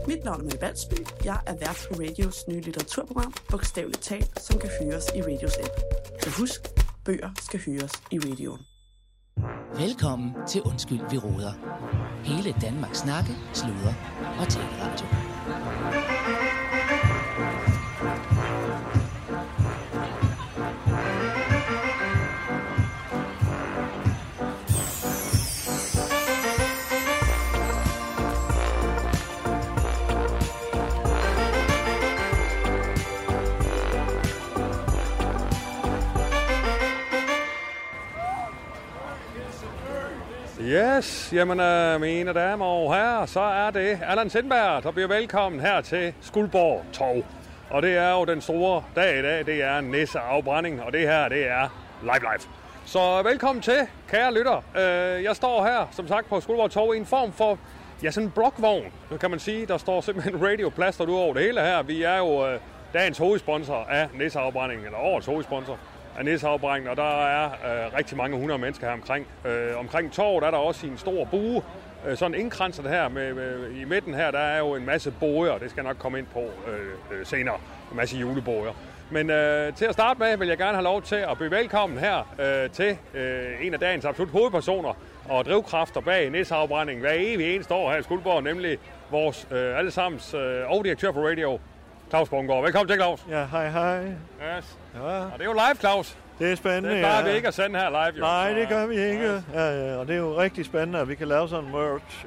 Mit navn er Mette Balsby. Jeg er vært på Radios nye litteraturprogram, Bogstaveligt Talt, som kan høres i Radios app. Så husk, bøger skal høres i radioen. Velkommen til Undskyld, vi råder. Hele Danmarks snakke, sludre og taleradio. Yes, jamen mine damer og herrer, så er det Allan Sindberg, der bliver velkommen her til Skuldborg Torv. Og det er jo den store dag i dag, det er nisseafbrænding, og det her, det er live. Så velkommen til, kære lytter. Jeg står her, som sagt, på Skuldborg Torv i en form for, ja, sådan en blokvogn, kan man sige. Der står simpelthen radioplaster ud over det hele her. Vi er jo dagens hovedsponsor af nisseafbrænding, eller årets hovedsponsor af nisseafbrænding, og der er rigtig mange 100 mennesker her omkring. Omkring torvet er der også en stor bue, sådan indkranset her i midten her, der er jo en masse boger, det skal jeg nok komme ind på senere, en masse juleboger. Men til at starte med vil jeg gerne have lov til at byde velkommen her til en af dagens absolut hovedpersoner og drivkræfter bag nisseafbrænding hver evig eneste år her i Skuldborg, nemlig vores allesammens overdirektør for radio, Claus Bungård. Velkommen til, Claus. Ja, hej. Yes. Ja. Og det er jo live, Claus. Det er spændende, det plejer vi ikke at sende her live, jo. Nej, det gør vi ikke. Ja, og det er jo rigtig spændende, at vi kan lave sådan en merch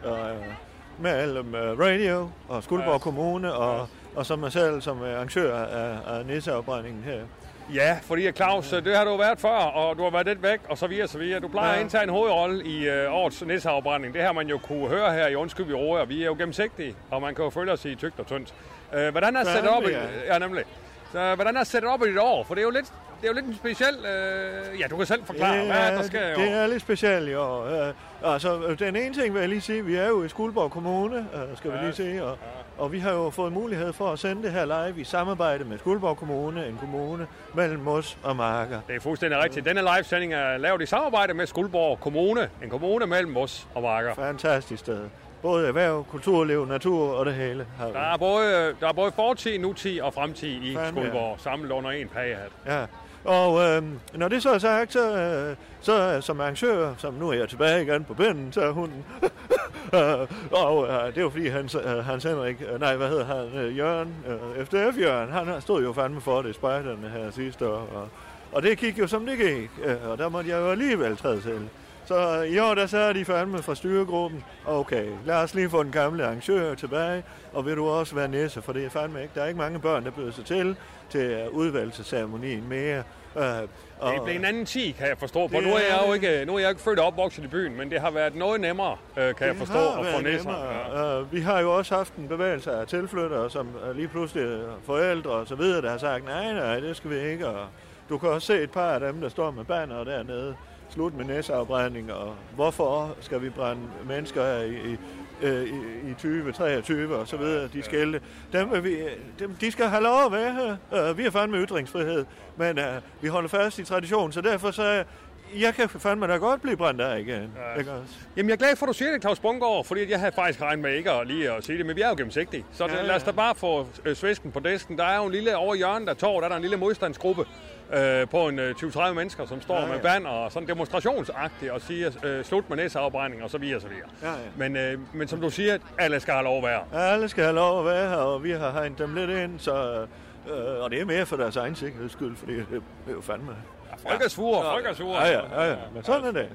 mellem radio og Skuldborg Kommune og som mig selv som arrangør af nisseafbrændingen her. Ja, fordi Claus, det har du været før, og du har været lidt væk, og så videre. Du plejer at indtage en hovedrolle i årets nisseafbrænding. Det har man jo kunne høre her i Undskyld, vi råder, og vi er jo gennemsigtige, og man kan jo følge os i tykt og tyndt. Hvordan er sættet op? Ja, nemlig. Så hvordan er sættet op i dit år? For det er jo lidt en speciel... ja, du kan selv forklare, hvad der sker i år. Det er lidt specielt i år. Altså, den ene ting vil jeg lige sige, vi er jo i Skuldborg Kommune, skal vi lige sige, og vi har jo fået mulighed for at sende det her live i samarbejde med Skuldborg Kommune, en kommune mellem Mos og Marker. Det er fuldstændig rigtigt. Denne livesending er lavet i samarbejde med Skuldborg Kommune, en kommune mellem Mos og Marker. Fantastisk sted. Både erhverv, kulturliv, natur og det hele. Der er både fortid, nutid og fremtid i Skuldborg, samlet under en pagehat. Ja, og når det så er sagt, så som arrangør, som nu er jeg tilbage igen på binden, så er hunden. Og det er jo fordi Hans Henrik, Jørgen, FDF Jørgen, han stod jo fandme for det, spejderne her sidste år. Og det gik jo som det gik, og der måtte jeg jo alligevel træde til. Så i år, der sagde de fandme fra styregruppen, okay, lad os lige få den gamle arrangør tilbage, og vil du også være nisse, for det er fandme ikke. Der er ikke mange børn, der byder sig til udvalgelsesceremonien mere. Det blev en anden tid, kan jeg forstå, for nu er jeg ikke født og opvokset i byen, men det har været noget nemmere, kan jeg forstå, at få nisser. Vi har jo også haft en bevægelse af tilflyttere, som lige pludselig forældre og så videre, der har sagt, nej, det skal vi ikke, og du kan også se et par af dem, der står med banner dernede. Slut med nisseafbrænding, og hvorfor skal vi brænde mennesker her i 2023 og så videre, de skilte. De skal have lov at være her. Vi har fandme ytringsfrihed, men vi holder fast i tradition, så derfor så jeg kan fandme da godt blive brændt af igen. Ja. Jamen, jeg er glad for, at du siger det, Claus Bungård, fordi jeg havde faktisk regnet med ikke at lige at sige det, men vi er jo gennemsigtige. Så lad os da bare få svæsken på disken. Der er jo en lille over hjørnet af torvet, der er en lille modstandsgruppe på en 20-30 mennesker, som står med banner og sådan demonstrationsagtigt og siger slut med nisseafbrænding og så videre. Men som du siger, alle skal have lov at være. Alle skal have lov at være her, og vi har hegnet dem lidt ind, så og det er mere for deres egen sikkerheds skyld, fordi det er jo fandme. Folkesfure. Ja. Men sådan er det.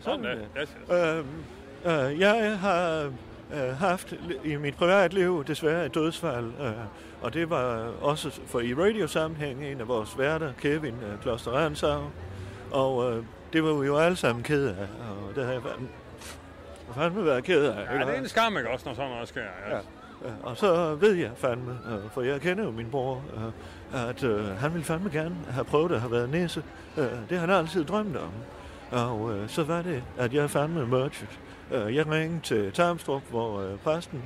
Jeg har haft i mit privatliv desværre et dødsfald, og det var også for i radiosammenhæng en af vores værter, Kevin Kloster Ransau, og det var vi jo alle sammen ked af, og det har jeg fandme været ked af. Ja, det er en skam, ikke også, når sådan noget sker. Ja. Og så ved jeg fandme, for jeg kender jo min bror, at han ville fandme gerne have prøvet at have været nisse. Det har han altid drømt om. Og så var det, at jeg fandme merchet. Jeg ringede til Tarmstrup, hvor præsten,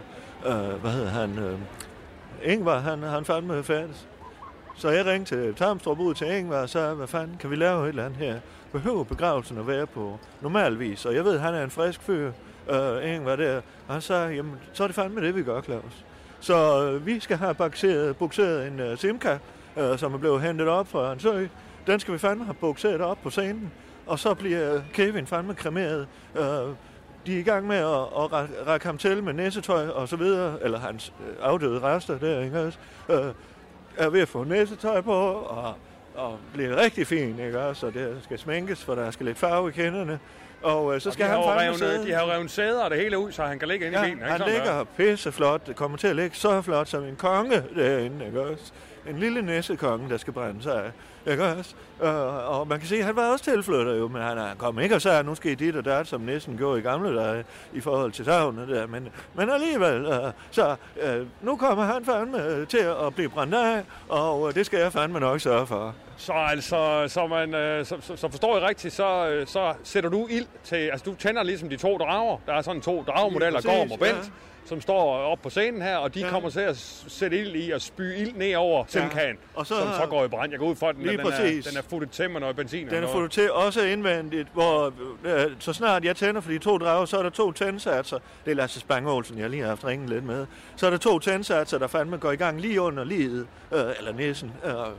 Ingvar, han fandme færdes. Så jeg ringte til Tarmstrup ud til Ingvar og sagde, hvad fanden, kan vi lave et eller andet her? Behøver begravelsen at være på normal vis? Og jeg ved, han er en frisk fyr, Ingvar der. Og han sagde, jamen, så er det fandme det, vi gør, Claus. Så vi skal have bukseret en Simca, som er blevet hentet op fra en sø. Den skal vi fandme have bukseret op på scenen. Og så bliver Kevin fandme kremeret. De er i gang med at række ham til med næsetøj og så videre. Eller hans afdøde rester der, ikke også? Er ved at få næsetøj på og bliver rigtig fin, ikke også? Så det skal sminkes, for der skal lidt farve i kinderne. Og så skal han fandme sidde. De har revet sæder og det hele ud, så han kan ligge inde i bilen. Han ligger pisseflot. Det kommer til at ligge så flot som en konge derinde, ikke også? En lille næsekonge, der skal brænde sig af, ikke også? Og man kan se, at han var også tilflytter jo, men han kom ikke og sagde, nu skal I dit og dat, som næsten gjorde i gamle dage, i forhold til savnet der. Men alligevel, nu kommer han fandme til at blive brændt af, og det skal jeg fandme nok sørge for. Så altså, så forstår jeg rigtigt, så sætter du ild til, altså du tænder ligesom de 2 drager. Der er sådan 2 dragemodeller, Gorm og Bent, som står op på scenen her, og de kommer til at sætte ild i og spy ild ned over Simcaen, som så går i brand. Jeg går ud for, at den er futtet til med noget benzin. Den er futtet til også indvendigt, hvor så snart jeg tænder for de 2 drager, så er der 2 tændsatser. Det er Lasse Spang Olsen, jeg lige har haft ringen lidt med. Så er der 2 tændsatser, der fandme går i gang lige under livet, eller næsen.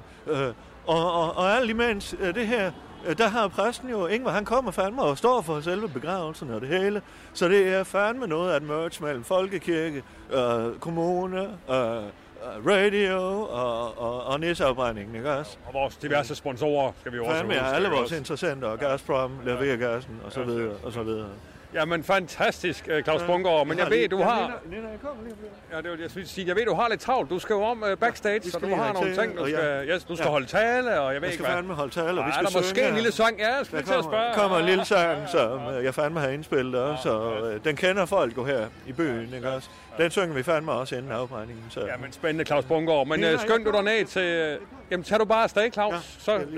Og alt imens det her, der har præsten jo, Ingvar, han kommer fandme og står for selve begravelsen og det hele. Så det er fandme noget af et merge mellem folkekirke, kommune, radio og næseafbrændingen, ikke også? Og vores diverse sponsorer skal vi jo også huske. Alle vores interessenter, og Gazprom, leverer gassen og så videre og så videre. Jamen fantastisk, Claus Bungård, men jeg ved, du har... Ja, det var det, jeg skulle sige. Jeg ved, du har lidt travlt. Du skal jo om backstage, så du har nogle ting, du skal holde tale, og jeg ved ikke hvad. Jeg skal fandme holde tale, og vi skal synge. Er der måske en lille sang? Ja, jeg skal til at spørge. Der kommer en lille sang, som jeg fandme har indspillet også, og den kender folk jo her i byen, ikke også? Den synger vi fandme også inden afbrændingen. Så. Ja, men spændende, Claus Bungård. Men skynd du dig ned til... Jamen, tag du bare afsted, Claus.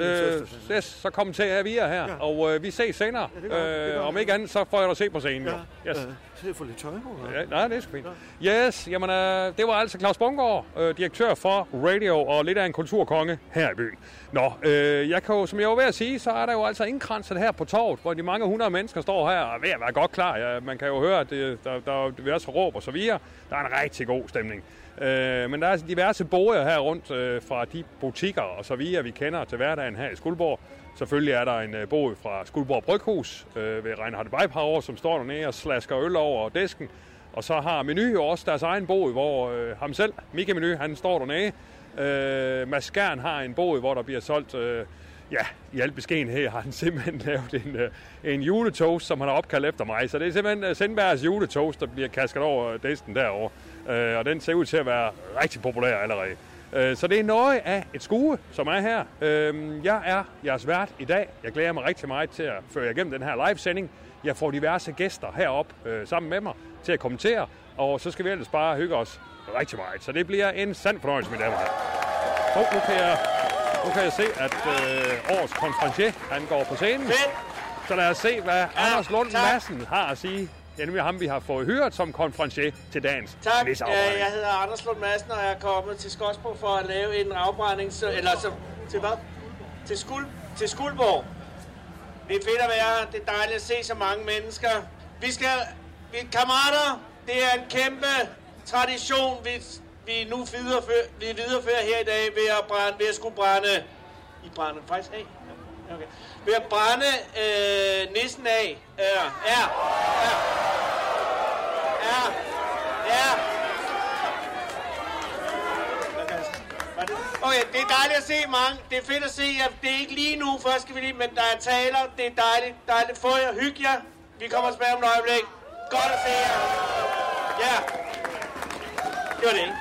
Så kom til Avia her, og vi ses senere. Om ikke andet, så får jeg dig se på scenen. Ja, så jeg får lidt tøj på. Nej, det er sgu fint. Yes, jamen, det var altså Claus Bungård, direktør for Radio og lidt af en kulturkonge her i byen. Nå, jeg kan jo, som jeg var ved at sige, så er der jo altså indkranset her på torvet, hvor de mange 100 mennesker står her og er ved at være godt klar. Ja, man kan jo høre, at der vil også råb og så videre. Der er en rigtig god stemning. Men der er diverse boder her rundt fra de butikker og så videre, vi kender til hverdagen her i Skuldborg. Selvfølgelig er der en bod fra Skuldborg Bryghus ved Reinhard Weipower, som står dernede og slasker øl over disken. Og så har Meny jo også deres egen bod, hvor ham selv, Mikke Meny, han står dernede. Mads Skjern har en bod, hvor der bliver solgt... i al beskedenhed har han simpelthen lavet en juletoast, som han har opkaldt efter mig. Så det er simpelthen Sindbergs juletoast, der bliver kasket over disken derovre. Og den ser ud til at være rigtig populær allerede. Så det er noget af et skue, som er her. Jeg er jeres vært i dag. Jeg glæder mig rigtig meget til at føre jer igennem den her livesending. Jeg får diverse gæster herop sammen med mig til at kommentere. Og så skal vi ellers bare hygge os rigtig meget. Så det bliver en sand fornøjelse, mine damer og herrer. Nu kan jeg se, at årets konferencier, han går på scenen. Så lad os se, hvad Anders Lund Madsen har at sige. Det er nemlig ham, vi har fået hørt som konferencier til dagens næseafbrænding. Jeg hedder Anders Lund Madsen, og jeg er kommet til Skodsborg for at lave en afbrænding. Til hvad? Til Skuldborg. Det er fedt at være her. Det er dejligt at se så mange mennesker. Kammerater, det er en kæmpe tradition, vi nu viderefører her i dag ved at skulle brænde... I brænder faktisk af? Ja. Okay. Ved at brænde nissen af. Ja. Okay, det er dejligt at se mange. Det er fedt at se, at det er ikke lige nu, først skal vi lige, men der er taler. Det er dejligt. Få jer, hygge jer. Vi kommer tilbage om et øjeblik. Godt at se jer. Ja. Det var det, ikke?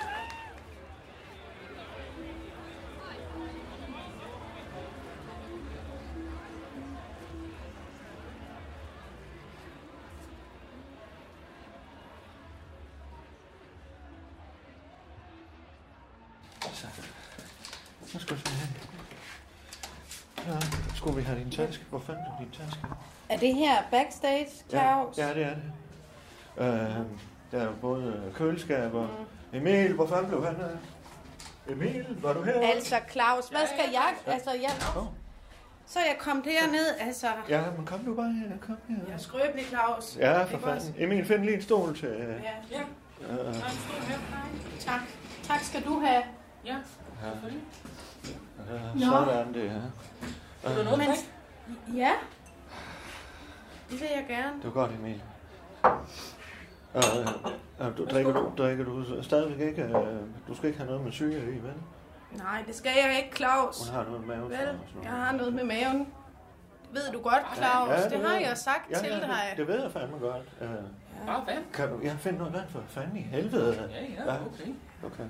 Hvad skal vi have? Ja, skulle vi have din taske? Hvor fanden er din taske? Er det her backstage, Claus? Ja, det er det. Der er både køleskab og... Emil, hvor fanden blev han her? Emil, var du her? Altså, Claus, hvad skal jeg? Altså, så er jeg kommet herned, altså... Ja, men kom du bare her, kom her. Jeg er skrøbelig, Claus. Ja, for fanden. Emil, find lige en stol til... Ja. Tak. Tak skal du have. Ja, selvfølgelig. Sådan det, ja. Er der noget, Men, ja. Det vil jeg gerne. Det var godt, Emil. Drikker du stadigvæk ikke? Du skal ikke have noget med syge i, vel? Nej, det skal jeg ikke, Claus. Hun har noget med maven. Vel, jeg har noget med maven. Det ved du godt, Claus. Ja, det har jeg sagt til dig. Det ved jeg fandme godt. Vand? Kan du finde noget vand for fanden i helvede? Ja, okay.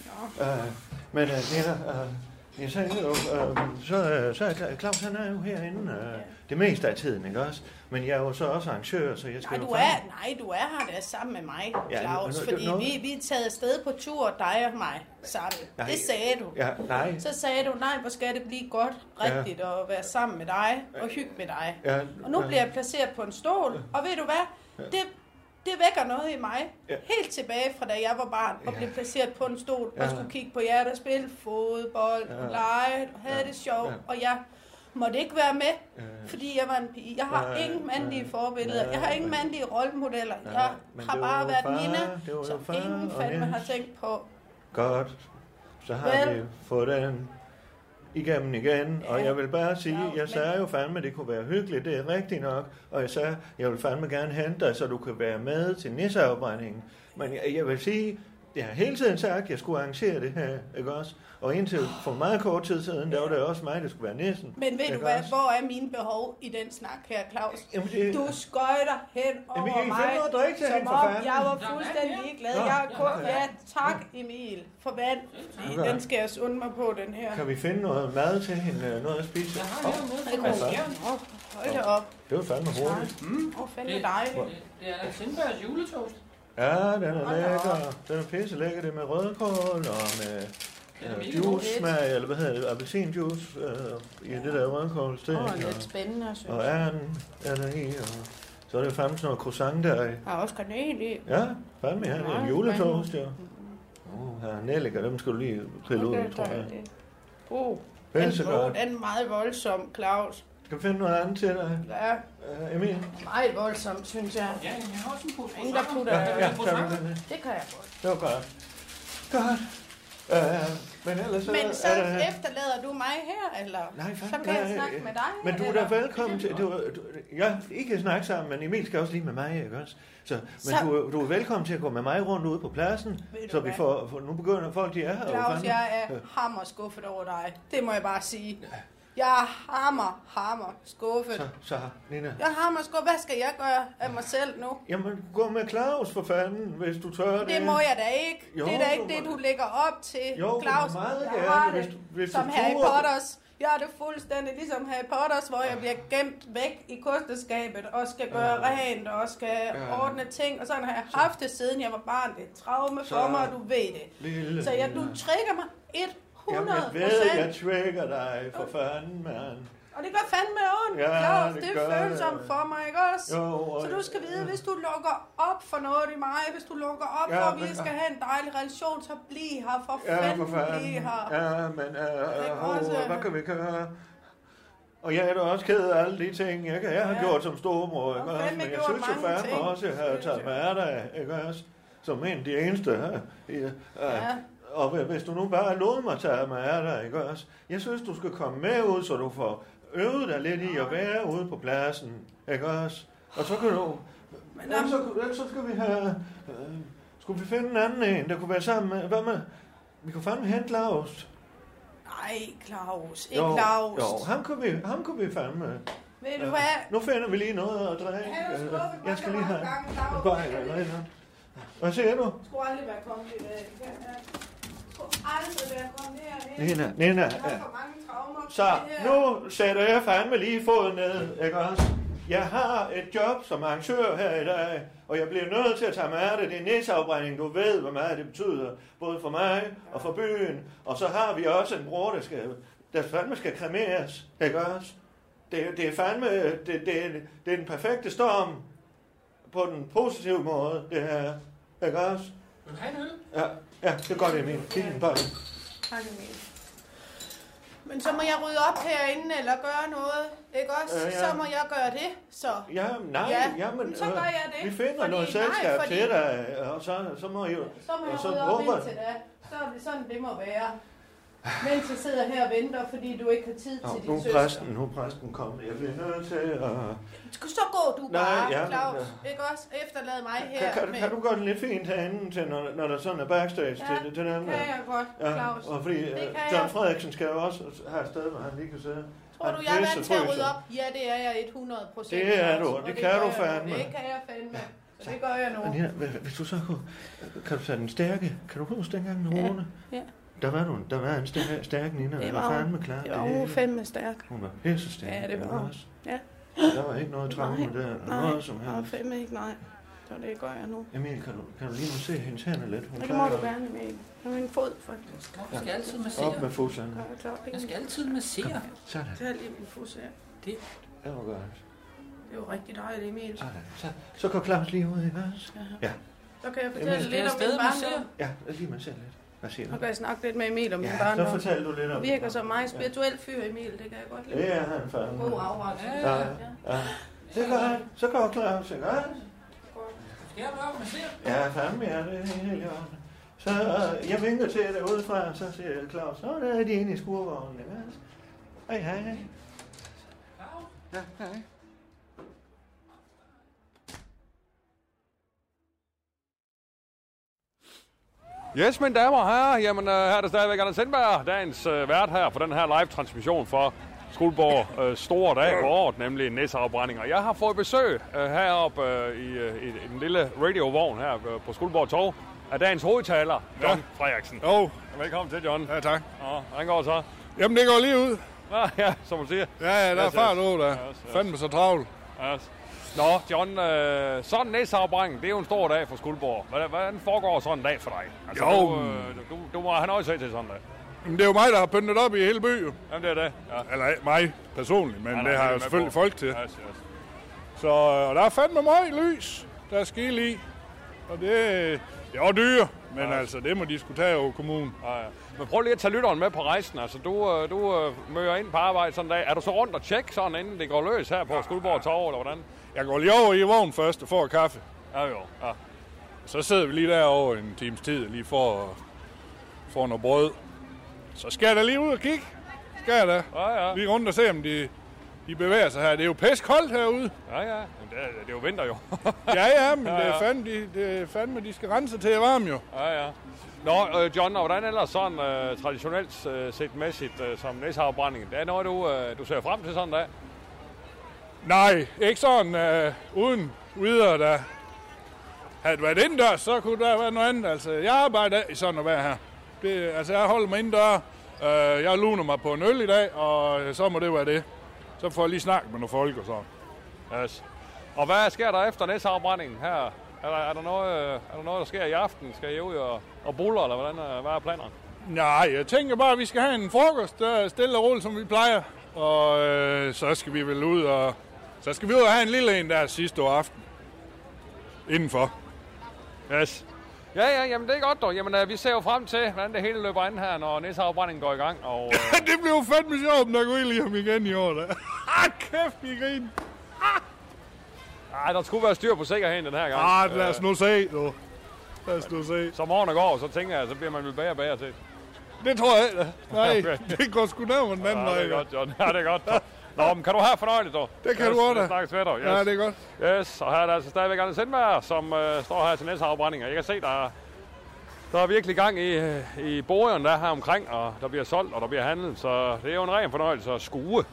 Men jeg sagde jo, så er Claus, han er jo herinde det meste af tiden, ikke også? Men jeg er jo så også arrangør, så jeg skal du er her der sammen med mig, Claus. Ja, fordi vi er taget afsted på tur, dig og mig, sammen. Nej. Det sagde du. Ja, nej. Så sagde du, nej, hvor skal det blive godt, rigtigt at være sammen med dig og hygge med dig. Ja, og nu bliver jeg placeret på en stol, og ved du hvad? Det vækker noget i mig. Ja. Helt tilbage fra da jeg var barn og blev placeret på en stol og skulle kigge på jer, der spille fodbold, lege og havde det sjovt. Og jeg måtte ikke være med, fordi jeg var en pige. Jeg har ingen mandlige forbilleder. Jeg har ingen mandlige rollemodeller. Jeg har bare været Nina, som ingen fandme har tænkt på. Godt. Så har vi fået den igennem igen, og jeg vil bare sige, jeg sagde jo fandme, det kunne være hyggeligt, det er rigtigt nok, og jeg sagde, jeg vil fandme gerne hente dig, så du kan være med til nisseafbrændingen. Men jeg vil sige, jeg har hele tiden sagt, at jeg skulle arrangere det her, ikke også? Og indtil for meget kort tid siden, der var det også mig, der skulle være nissen. Men ved du hvad, hvor er mine behov i den snak her, Claus? Du skøjter hen over mig, som om jeg var fuldstændig ligeglad. Tak Emil, for vand. Den skal jeg sunde mig på, den her. Kan vi finde noget mad til hende, noget at spise? Hold da op. Det var fandme hurtigt. Fandme dejligt. Det er Sindbergs juletoast. Ja, den er lækker. Den er pisse lækker. Det er med rødkål og med juice-smag, eller hvad hedder det, appelsinjuice i det der rødkålsting. Lidt spændende, synes jeg. Og er der i, og så er det fandme sådan noget croissant der i. Der er også kanel i. Ja, fandme, ja. Det er en juletoast, ja. Her nelliker, dem skal du lige trille ud, tror jeg. Den er meget voldsom, Claus. Skal vi finde noget andet til dig? Ja. Emil? Meget voldsomt, synes jeg. Ja, jeg har også en pose. Ingen, der putter det kan jeg godt. Det var godt. Godt. Men ellers så efterlader du mig her, eller? Nej, så kan jeg snakke med dig. Men du er da velkommen til. I kan snakke sammen, men Emil skal også lige med mig, ikke også? Du er velkommen til at gå med mig rundt ude på pladsen, så vi får nu begynder folk, de er her. Claus, jeg er hammerskuffet over dig. Det må jeg bare sige. Jeg er hammer skuffet. Så Nina. Jeg er hammer skuffet. Hvad skal jeg gøre af mig selv nu? Jamen, gå med Claus for fanden, hvis du tør det. Det må jeg da ikke. Jo, det er da ikke det, du lægger op til, Claus. Meget jeg har det hvis som Harry Potters. Jeg har det fuldstændig ligesom Harry Potters, hvor jeg bliver gemt væk i kosteskabet og skal gøre rent og skal ordne ting. Og sådan har jeg haft det, siden jeg var barn. Det er traume for mig, og du ved det. Så du trigger mig 100%. Jamen, jeg ved, jeg trigger dig for fanden, mand. Og det gør fandme ondt, Claus. Det er følsomt for mig, ikke også? Jo, så du skal vide, hvis du lukker op for noget i mig, hvis du lukker op for, at vi skal have en dejlig relation, så bliv her, for fanden bliv her. Ja, men hvad kan vi gøre? Og jeg er da også ked af alle de ting, jeg har gjort som storebror, ikke også? Men jeg synes jo fandme også, at jeg har taget med dig, ikke også? Som en af de eneste her. Og hvis du nu bare lod mig tage mig af dig, ikke også? Jeg synes, du skal komme med ud, så du får øvet dig lidt i at være ude på pladsen, ikke også? Og så kan du... Så skal vi have... skulle vi finde en anden en, der kunne være sammen med... Hvad med? Vi kunne fandme hente Claus. Nej, Claus. Ikke Claus. Jo, ham kunne vi fandme... Ved du hvad? Nu finder vi lige noget at drikke. Jeg skal lige have... Hvad siger du? Du skulle aldrig være kommet i dag. Aldrig være kommet herhen. Nina. Så nu sætter jeg fandme lige foden ned, ikke også? Jeg har et job som arrangør her i dag, og jeg bliver nødt til at tage mig af det. Det er nisseafbrænding, du ved, hvor meget det betyder. Både for mig og for byen. Og så har vi også en bror, der fandme skal kremeres, ikke også? Det er fandme, det er den perfekte storm på den positive måde, det her. Ikke også? Vil du have en øl? Ja, det er godt, Emil. Giv den bare. Tak, Emil. Men så må jeg rydde op herinde, eller gøre noget, ikke også? Så må jeg gøre det, så. Jamen, så gør jeg det. Vi finder noget selskab til dig, og så må I jo... Så må jeg rydde op indtil da. Så er det sådan, det må være. Mens jeg sidder her og venter, fordi du ikke har tid til din søster. Nu er præsten kommet. Jeg bliver nødt til at... Så går du bare, Claus. Ikke også? Efterlad mig her. Kan du gøre det lidt fint herinde, til, når der sådan er backstage til dem? Ja, kan jeg godt, Claus. Og fordi John Frederiksen skal jo også have et sted, hvor han lige kan sidde. Tror du, jeg er vant til at rydde op? Ja, det er jeg 100%. Det er du, det kan du fandme. Det kan jeg fandme. Så det gør jeg nu. Nina, hvis du så kan du tage den stærke? Kan du huske dengang med Rune? Ja. Der var en stærk Nina, der var fandme klar. Det var hun fandme stærk. Hun var pisse stærk. Ja, det var hun. Ja. Der var ikke noget traume med det, noget som helst. Nej, fandme ikke, nej. Så det gør jeg nu. Emil, kan du lige nu se hendes hænder lidt? Det må du gerne, Emil. Det er min fod, faktisk. Du skal altid massere. Op med fodsanden. Jeg skal altid massere. Sådan. Det er lige min fod, ja. Det var godt. Det er jo rigtig dejligt, Emil. Så går Claus lige ud, ikke også? Ja. Så kan jeg fortælle lidt om min barndom. Ja, lige massere lidt. Hvad siger du? Nu kan jeg snakke lidt med Emil om min barndom. Så fortæl du lidt om. Du virker som meget spirituel fyr, Emil. Det kan jeg godt lide. Det er han fandme. God afret. Ja. Det gør han. Så går Claus, ikke også? Skal jeg bare massere? Ja, fandme, ja, det er helt i orden. Så jeg vinker til dig udefra, så siger Claus, så der er de inde i skurvognen, ikke også? Hej. Ja, hej. Yes, mine damer og herrer, jamen her er det stadigvæk Allan Sindberg, dagens vært her for den her live-transmission for Skuldborg store dag på året, nemlig næseafbrænding. Og jeg har fået besøg heroppe i den lille radiovogn her på Skuldborg Torv af dagens hovedtaler, John Frederiksen. Velkommen til, John. Ja, tak. Hvordan går det så? Jamen, det går lige ud. Ja, som man siger. Ja, der er fart over der. Fandme så travlt. Yes. Nå, John, sådan en næseafbrænding, det er jo en stor dag for Skuldborg. Hvordan foregår sådan en dag for dig? Altså, du må have noget at se til sådan en dag. Men det er jo mig, der har pyntet op i hele byen. Jamen, det er det. Ja. Eller mig personligt, men det har jeg selvfølgelig folk til. Yes. Så der er fandme meget lys, der er skil i. Og det er også dyre, men altså, det må de skulle tage over kommunen. Ja. Men prøv lige at tage lytteren med på rejsen. Altså, du møder ind på arbejde sådan en dag. Er du så rundt og tjekke sådan, inden det går løs her på Skuldborg Torv, eller hvordan? Jeg går lige over i vognen først og får kaffe. Ja. Så sidder vi lige derovre en times tid, lige for noget brød. Så skal jeg da lige ud og kigge. Skal jeg da. Ja. Lige rundt og se, om de bevæger sig her. Det er jo pæskoldt herude. Ja. Men det er jo vinter jo. ja, men det er fandme, de skal rense til at varme jo. Ja. Nå, John, og hvordan ellers sådan traditionelt set mæssigt som næseafbrænding? Det er noget, du ser frem til sådan en dag? Nej, ikke sådan uden videre, der havde været indendørs, så kunne der være noget andet. Altså, jeg arbejder i sådan at være her. Jeg holder mig indendør. Jeg luner mig på en øl i dag, og så må det være det. Så får jeg lige snakket med nogle folk og sådan. Yes. Og hvad sker der efter næseafbrændingen her? Er der noget, der sker i aften? Skal I ud og buller, eller hvad er planerne? Nej, jeg tænker bare, at vi skal have en frokost, der stille og roligt, som vi plejer. Og så skal vi vel ud og have en lille en der sidste år aften. Indenfor. Yes. Ja, jamen det er godt dog. Jamen vi ser jo frem til, hvordan det hele løber ind her, når næseafbrændingen går i gang. Og, det bliver jo fandme sjovt, når jeg går lige ham igen i år. Kæft, vi griner. Der skulle være styr på sikkerheden den her gang. Lad os nu se, du. Lad os nu se. Som årene går, så tænker jeg, så bliver man vel bedre til. Det tror jeg ikke. Nej, okay. Det går sgu nærmere den anden vej. Det er godt, John. Ja, det er godt. Nå, men kan du have fornøjeligt, dog? Det kan du også da. Vi snakkes ved dig. Yes. Ja, det er godt. Yes, og her er der altså stadigvæk Allan Sindberg, som står her til næseafbrænding. Jeg kan se, der er virkelig gang i borgerne der her omkring, og der bliver solgt, og der bliver handlet. Så det er jo en ren fornøjelse at skue.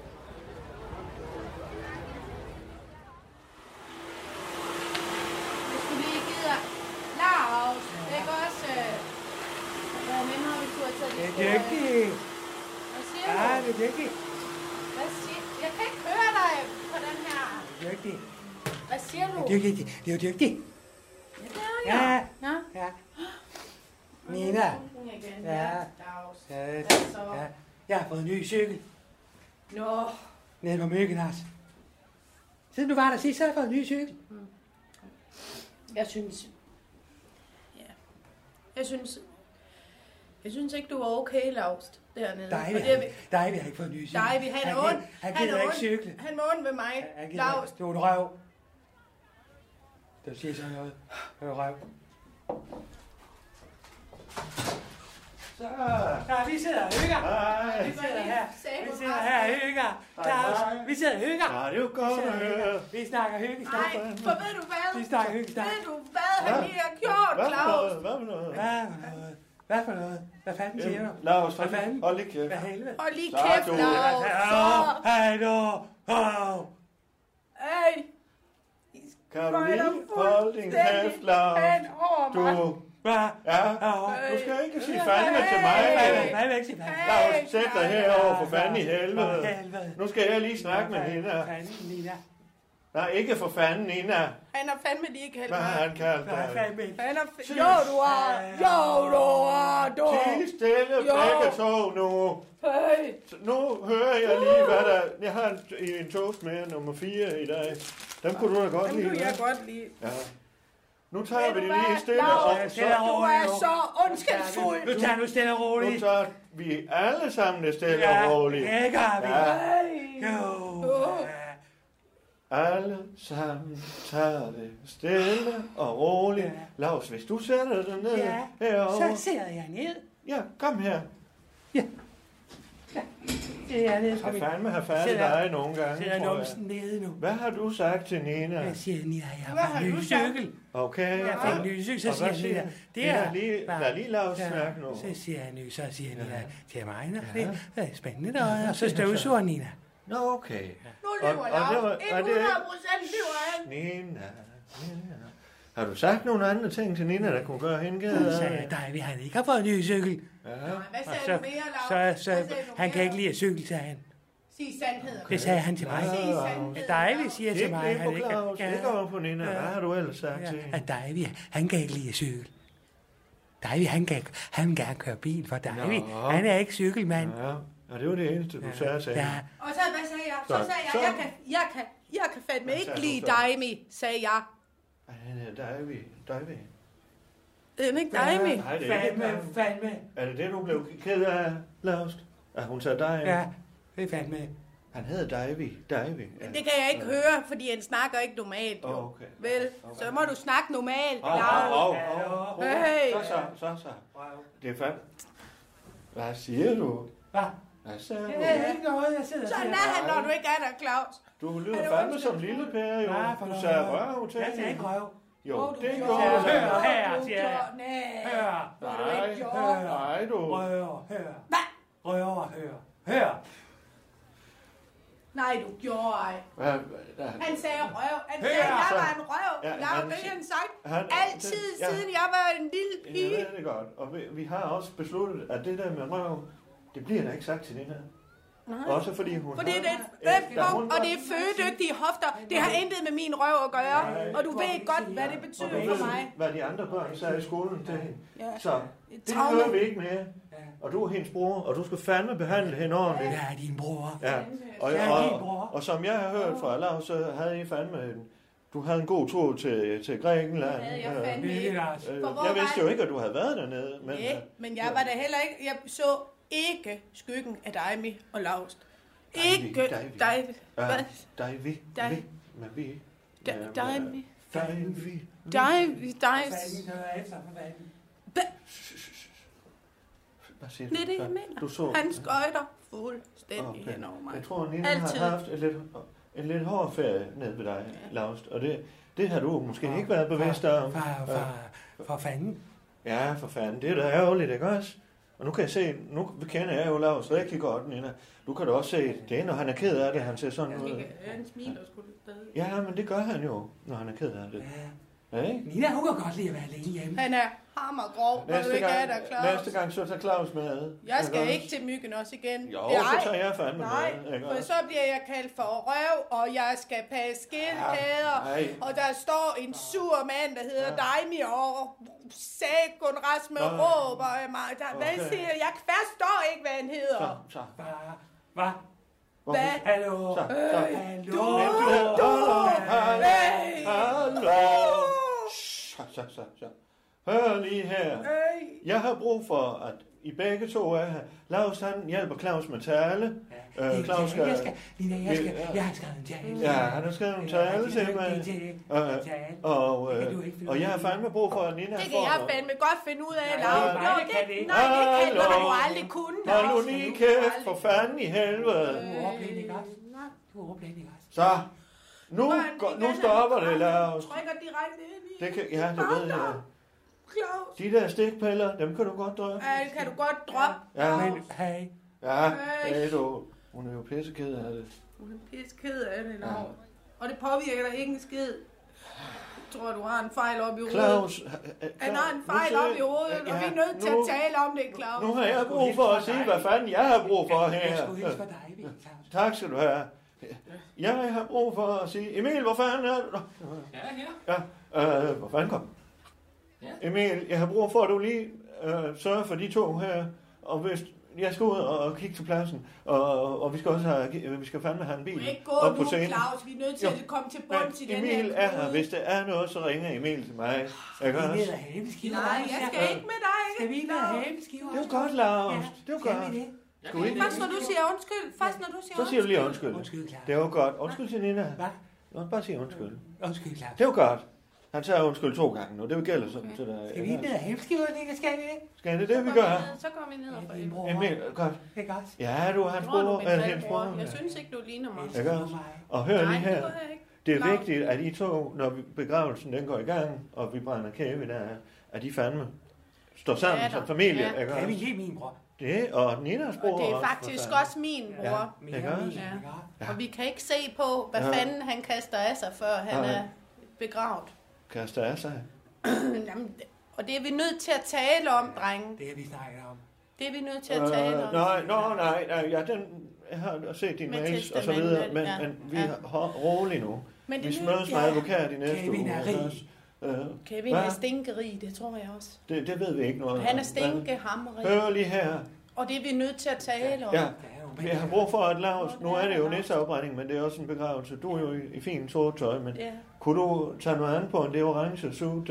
Det er dygtigt. Hvad siger du? Ja, det er dygtigt. Hvad siger du? Jeg kan ikke høre dig på den her. Det er dygtigt. Hvad siger du? Det er dygtigt. Det er jo dygtigt. Ja, det er jeg. Ja. Nina. Ja. Ja. Jeg har fået en ny cykel. Nå. Nede på Mykkenas. Siden du var der sidst, så har jeg fået en ny cykel. Jeg synes... Jeg synes ikke, du var okay, Laust, dernede. Dig vil jeg ikke få en ny cykel. Nej, han er ondt. Han gider ikke cykle. Han må ondt ved mig, Laust. Du er en røv. Du siger sådan noget. Du er en røv. Så, vi sidder og hygger. Vi sidder her og hygger. Claus, vi sidder og hygger. Ja, det er jo godt at høre. Vi snakker hygge. Nej, for ved du hvad? Vi snakker hygge. Ved du hvad han lige har gjort, Claus? Hvad for noget? Hvad for noget? Hvad fanden siger du? Laus, hold lige kæft. Hvad helvede? Hold lige kæft, Laus. Hej du. Hey. Kan du lige holde din kæft, Laus? Du... Ja, du skal ikke sige fandme til mig. Hvad vil jeg ikke sige fandme? Laus, sæt dig herovre for fanden i helvede. Nu skal jeg lige snakke med Nina. Nej, ikke for fanden, Nina. Han har fandme lige kaldt mig. Hvad har han kaldt dig? Jo, du har. Tig stille begge to nu. Hey. Nu hører jeg lige, hvad der... Jeg har en toast med nummer 4 i dag. Dem kunne du da godt lide. Dem kunne jeg godt lide. Ja. Nu tager vi det lige stille og du er så ondskabsfuld. Nu tager du stille og roligt. Nu tager vi alle sammen det stille og roligt. Ja, gør vi. Alle sammen tager det stille og roligt. Laus, hvis du sætter dig ned herovre. Så sætter jeg ned. Ja, kom her. Ja. Det er det. Har fat i dig nogle gange, sætter numsen nede nu. Hvad har du sagt til Nina? Jeg siger, Nina, jeg har en ny cykel. Okay. Jeg fik en ny cykel, så siger Nina. Det er lad lige Laus snakke nu. Så siger jeg ny, så siger Nina til mig, det er spændende der, og så støvsuger Nina. Nå, okay. Nu lever Laus. 100% lever han. Nina. Har du sagt nogle andre ting til Nina, der kunne gøre hende gæde? Så sagde jeg, vi han ikke har fået en ny cykel. Ja. Hvad sagde du mere, Laus? Så han kan ikke lide at cykle, sagde han. Sig sandheden. Det sagde han til mig. Davy siger til mig, han ikke kan. Det går på Nina. Hvad har du ellers sagt til hende? At Davy, han kan ikke lide at cykle. Davy, han vil gerne køre bil, for Davy, han er ikke cykelmand. Ja, det var det eneste, du sagde. Og så, hvad sagde jeg? Så sagde jeg kan fandme ikke lide Davy, sagde jeg. Davy. Det er ikke Davy. Nej, det er ikke fandme. Er det det, du blev ked af, Laust? At hun sagde Davy? Ja, det er fandme. Han hedder Davy. Ja. Det kan jeg ikke høre, fordi han snakker ikke normalt. Okay. Vel, så må du snakke normalt, Laust. Hey. Så. Det er fandme. Hvad siger du? Hvad? Hvad siger du? Det er ikke noget, jeg sidder og siger. Sådan er han, når du ikke er der, Claus. Du lyder fandme som lille Per, jo. Du sagde røv til. Jeg sagde ikke røv. Jo, det gjorde du. Hør her, siger jeg. Hør. Nej, du. Røver, hør. Hvad? Røver, hør. Nej, du gjorde ej. Han sagde røv. Han sagde, jeg var en røv. Ja, det har han sagt. Altid siden jeg var en lille pige. Jeg ved det godt. Og vi har også besluttet, at det der med røv, det bliver der ikke sagt til Nina. Nej. Også fordi hun det er og det er fødedygtige hofter. Det har intet med min røv at gøre. Og du ved godt, hvad det betyder for mig. Hvad de andre børn sagde i skolen til hende. Så det hører vi ikke mere. Og du er hendes bror, og du skal fandme behandle hende ordentligt. Jeg er din bror. Ja. Og som jeg har hørt fra Laus, så havde I fandme du havde en god tur til Grækenland. Jeg fandme ikke. Jeg vidste jo ikke, at du havde været dernede. Men jeg var der heller ikke. Jeg så ikke skyggen af Davy og Laust. Ikke Davy. Hvad? Davy. Men vi. Davy. Hvad siger du? Det er det, jeg mener. Han skøjter fuldstændig hen over mig. Jeg tror, Nina har haft en lidt hård ferie ned ved dig, Laust. Og det har du måske ikke været bevidst om. For fanden. Ja, for fanden. Det er da ærgerligt, ikke også? Og nu kan jeg se, nu kender jeg jo Laus rigtig godt, Nina. Du kan da også se, det er, når han er ked af det, han ser sådan ud. Han smiler sgu stadig. Ja, men det gør han jo, når han er ked af det. Ja, ikke? Nina, hun kan godt lide at være alene hjemme. Han er hammergrov, når du ikke er der, Claus. Næste gang, så tager Claus med. Jeg skal ikke til Myggen også igen. Jo, så tager jeg fandme med. Nej, for så bliver jeg kaldt for røv, og jeg skal passe skildpadder, og der står en sur mand, der hedder Daimi, og Sækund Rasmus råber af mig. Hvad siger jeg? Jeg forstår ikke, hvad han hedder. Hvad? Hallo? Hallo? Så. Hør lige her. Jeg har brug for, at I begge to er her. Claus, han hjælper Claus med tale. Claus skal... Jeg har skrevet en tale. Ja, han har skrevet en tale til mig. Og jeg har fandme brug for, at Nina får... Det kan jeg fandme godt finde ud af, Lav. Nej, det kan du aldrig kunne. Hold nu lige kæft, for fanden i helvede. Du er overblænding, Så, nu stopper det, Laus. Trykker direkte ind i. Det kan, ja, det ved jeg. Claus. De der stikpiller, dem kan du godt droppe. Ja, det kan du godt droppe. Ja. Men hej. Ja, det er du. Hun er jo pisseked af det. Hun er pisseked af det, Lav. Og det påvirker dig ikke en skid. Jeg tror, du har en fejl op i hovedet. Claus. Han har en fejl op i hovedet, og vi er nødt til at tale om det, Claus. Nu har jeg brug for at sige, hvad fanden jeg har brug for her. Jeg skulle hilse for dig, Claus. Tak skal du have. Jeg har brug for at sige, Emil, hvor fanden er du? Ja, her. Ja, hvor fanden kom? Ja. Emil, jeg har brug for, at du lige sørger for de to her, og hvis jeg skal ud og kigge til pladsen, og vi skal også vi skal fandme have en bil. Du er ikke gå op nu, på scenen. Claus. Vi er nødt til at komme til bunds i den her. Emil er her. Hvis der er noget, så ringer Emil til mig. Skal vi ned og haveskiver? Nej, jeg skal ikke med dig. Skal vi ned og haveskiver? Det er jo godt, Lars. Det er jo godt. Først når du siger undskyld. Så siger du lige undskyld. Undskyld, Claus. Det er jo godt. Undskyld til Nina. Hvad? Bare sige undskyld. Undskyld, Claus. Det er jo godt. Han tager undskyld 2 gange nu. Det gælder sådan til dig. Skal vi ned og haveskiver, Nina? Skal vi det? Skal det vi gør? Så går vi ned og får Emil, godt. Det er godt. Ja, du er hans bror. Jeg synes ikke, du ligner mig. Jeg gør. Og hør lige her. Nej, det det er vigtigt, at I to, når begravelsen den går i gang, og vi brænder kæve der, at I fandme står sammen som familie. Ja, det er min bror. Det, og Ninas bror. Og det er faktisk også min bror. Ja. Og vi kan ikke se på, hvad fanden han kaster af sig, før han er begravet. Kaster af sig? Jamen, og det er vi nødt til at tale om, drenge. Det er vi snakket om. Det er vi nødt til at tale om. Nej, jeg har set dine mails og så videre, men vi har roligt nu. Vi mødes med advokat i næste uge. Kevin er stinkerig, det tror jeg også. Det ved vi ikke noget om. Han er stinkehammerig. Hør lige her. Og det er vi nødt til at tale om. Ja, vi har brug for at lave. Nu er det jo nisseafbrænding, men det er også en begravelse. Du er jo i fint sort tøj, men kunne du tage noget andet på end det orange suit? Ja,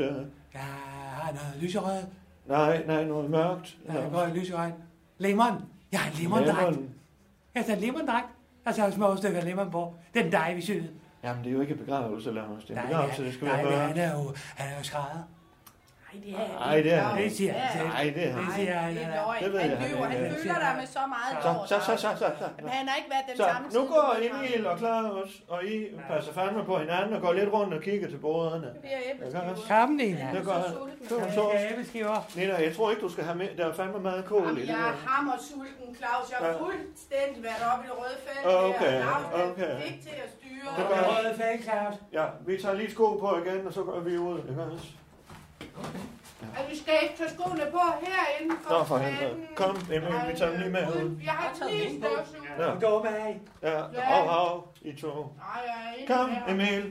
har noget lyserød. Nej, noget mørkt. Nej, jeg går i lyserød. Lemon. Jeg har en lemondragt. Jeg tager en lemondragt. Jeg tager små stykker lemon på. Den dig, vi syede. Jamen, det er jo ikke begravelse, Lars. Det er en begravelse, det skal være mørkt. Nej, han er jo skrædder. Nej, det er han. Det siger han selv. Nej, det er han. Det siger han. Det ved jeg. Han fylder dig med så meget lort. Så. Men han har ikke været den samme nu går Emil og Claus, og I passer fandme på hinanden og går lidt rundt og kigger til båderne. Det bliver æbleskiver. Kom, Nina. Det går Nina, jeg tror ikke, du skal have med. Der er fandme meget kål i det. Jeg er hammersulten, Claus. Jeg har fuldstændig været oppe i det røde felt. Okay. Ikke til at styre. Det røde felt, Claus. Ja, vi tager lige sko på igen, og så går vi ud. Ikke også? Altså, vi skal ikke tage skoene på herinde. For helvede. Kom, Emil, vi tager dem lige med ud. Jeg har lige støvsuget. Du er med. Ja, af, I to. Kom, Emil.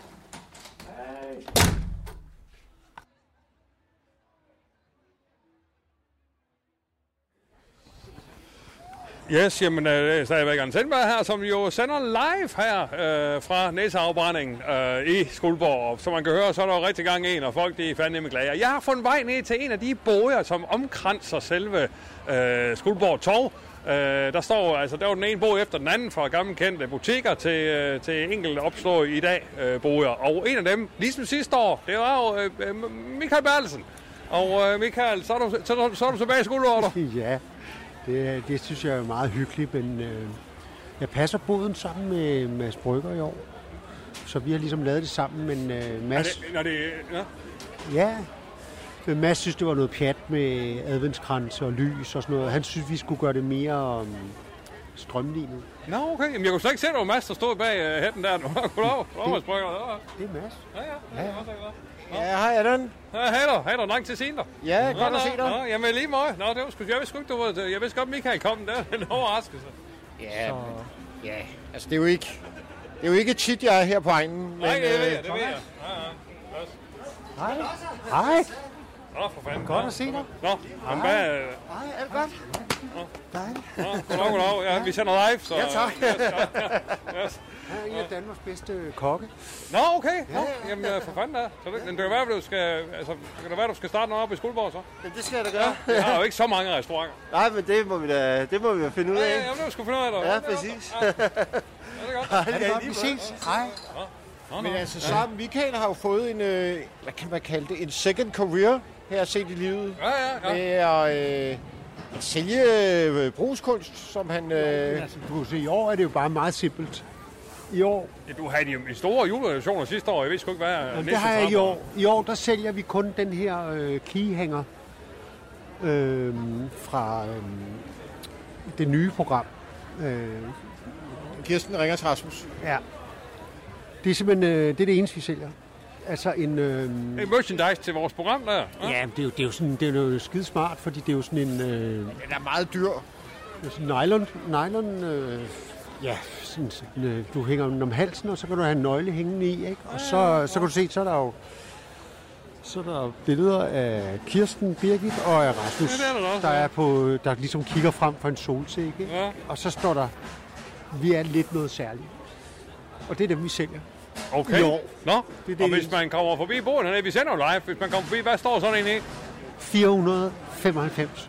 Yes, jamen det er stadigvæk Anders Sindberg her, som jo sender live her fra nisseafbrændingen i Skuldborg. Som man kan høre, så er der jo rigtig gang en, og folk de er fandme glade. Jeg har fundet vej ned til en af de boder, som omkranser selve Skuldborg Torv. Der står, altså der var den ene bod efter den anden fra gamle kendte butikker til enkelte opslået i dag boder. Og en af dem, ligesom sidste år, det var jo Michael Bertelsen. Og Michael, så er du tilbage i Skuldborg. Ja. Det synes jeg er meget hyggeligt, men jeg passer båden sammen med Mads Brygger i år. Så vi har ligesom lavet det sammen, men Mads... Ja, men Mads synes, det var noget pjat med adventskrans og lys og sådan noget. Han synes, vi skulle gøre det mere strømlignet. Nå, okay. Jamen, jeg kunne slet ikke se, at det var Mads, der stod bag hætten der. Goddag, Mads Brygger. Det er Mads. Ja. Ja, hej Adam. Hej du, langt til sen dig. Ja, godt at se dig. Nå, jamen lige meget. Nå, det var sgu, jeg vidste ikke, du var, jeg vidste godt, Michael kom, det er en overraskelse. Ja, altså det er jo ikke tit, jeg er her på egnen. Men, nej, det ved jeg. Ja. Hej. Nå, for fanden. Godt at se dig. Nå, men hvad... Hej, er det godt? Goddag. Ja, vi sender live, så... Ja, tak. Yes. Han er en af Danmarks bedste kokke. Nå, okay. Ja. Jamen, for fanden da. Så det kan være, at du skal starte noget op i Skuldborg, så? Ja, det skal jeg da gøre. Vi har jo ikke så mange restauranter. Nej, men det må vi da finde ud af. Ja, det skal vi finde ud af det. Ja, præcis. Ja, det er godt. Vi ses. Hej. Men altså, sammen Michael har jo fået en, hvad kan man kalde det, en second career her set i livet. Ja. Med at sælge brugskunst, som han... Altså, du kan se, i år er det jo bare meget simpelt. I år... Ja, du havde de store juleredaktioner sidste år, jeg ved sgu ikke, hvad næste det har jeg ikke i år. I år, der sælger vi kun den her keyhanger fra det nye program. Kirsten ringer til Rasmus. Ja. Det er simpelthen det er det eneste, vi sælger. Altså en merchandise til vores program der. Ja, det er jo sådan, det er jo skide smart, fordi det er jo sådan en den er meget dyr. Det er sådan nylon ja, sådan, du hænger den om halsen, og så kan du have en nøgle hængende i, ikke? Og så kan du se, så er der billeder af Kirsten, Birgit og af Rasmus, der ligesom kigger frem for en solsæk, ikke? Ja. Og så står der, vi er lidt noget særligt. Og det er dem, vi sælger. Okay. I år. Nå, og hvis man kommer forbi bordet hernede, vi sender jo live, hvis man kommer forbi, hvad står sådan en i? 495.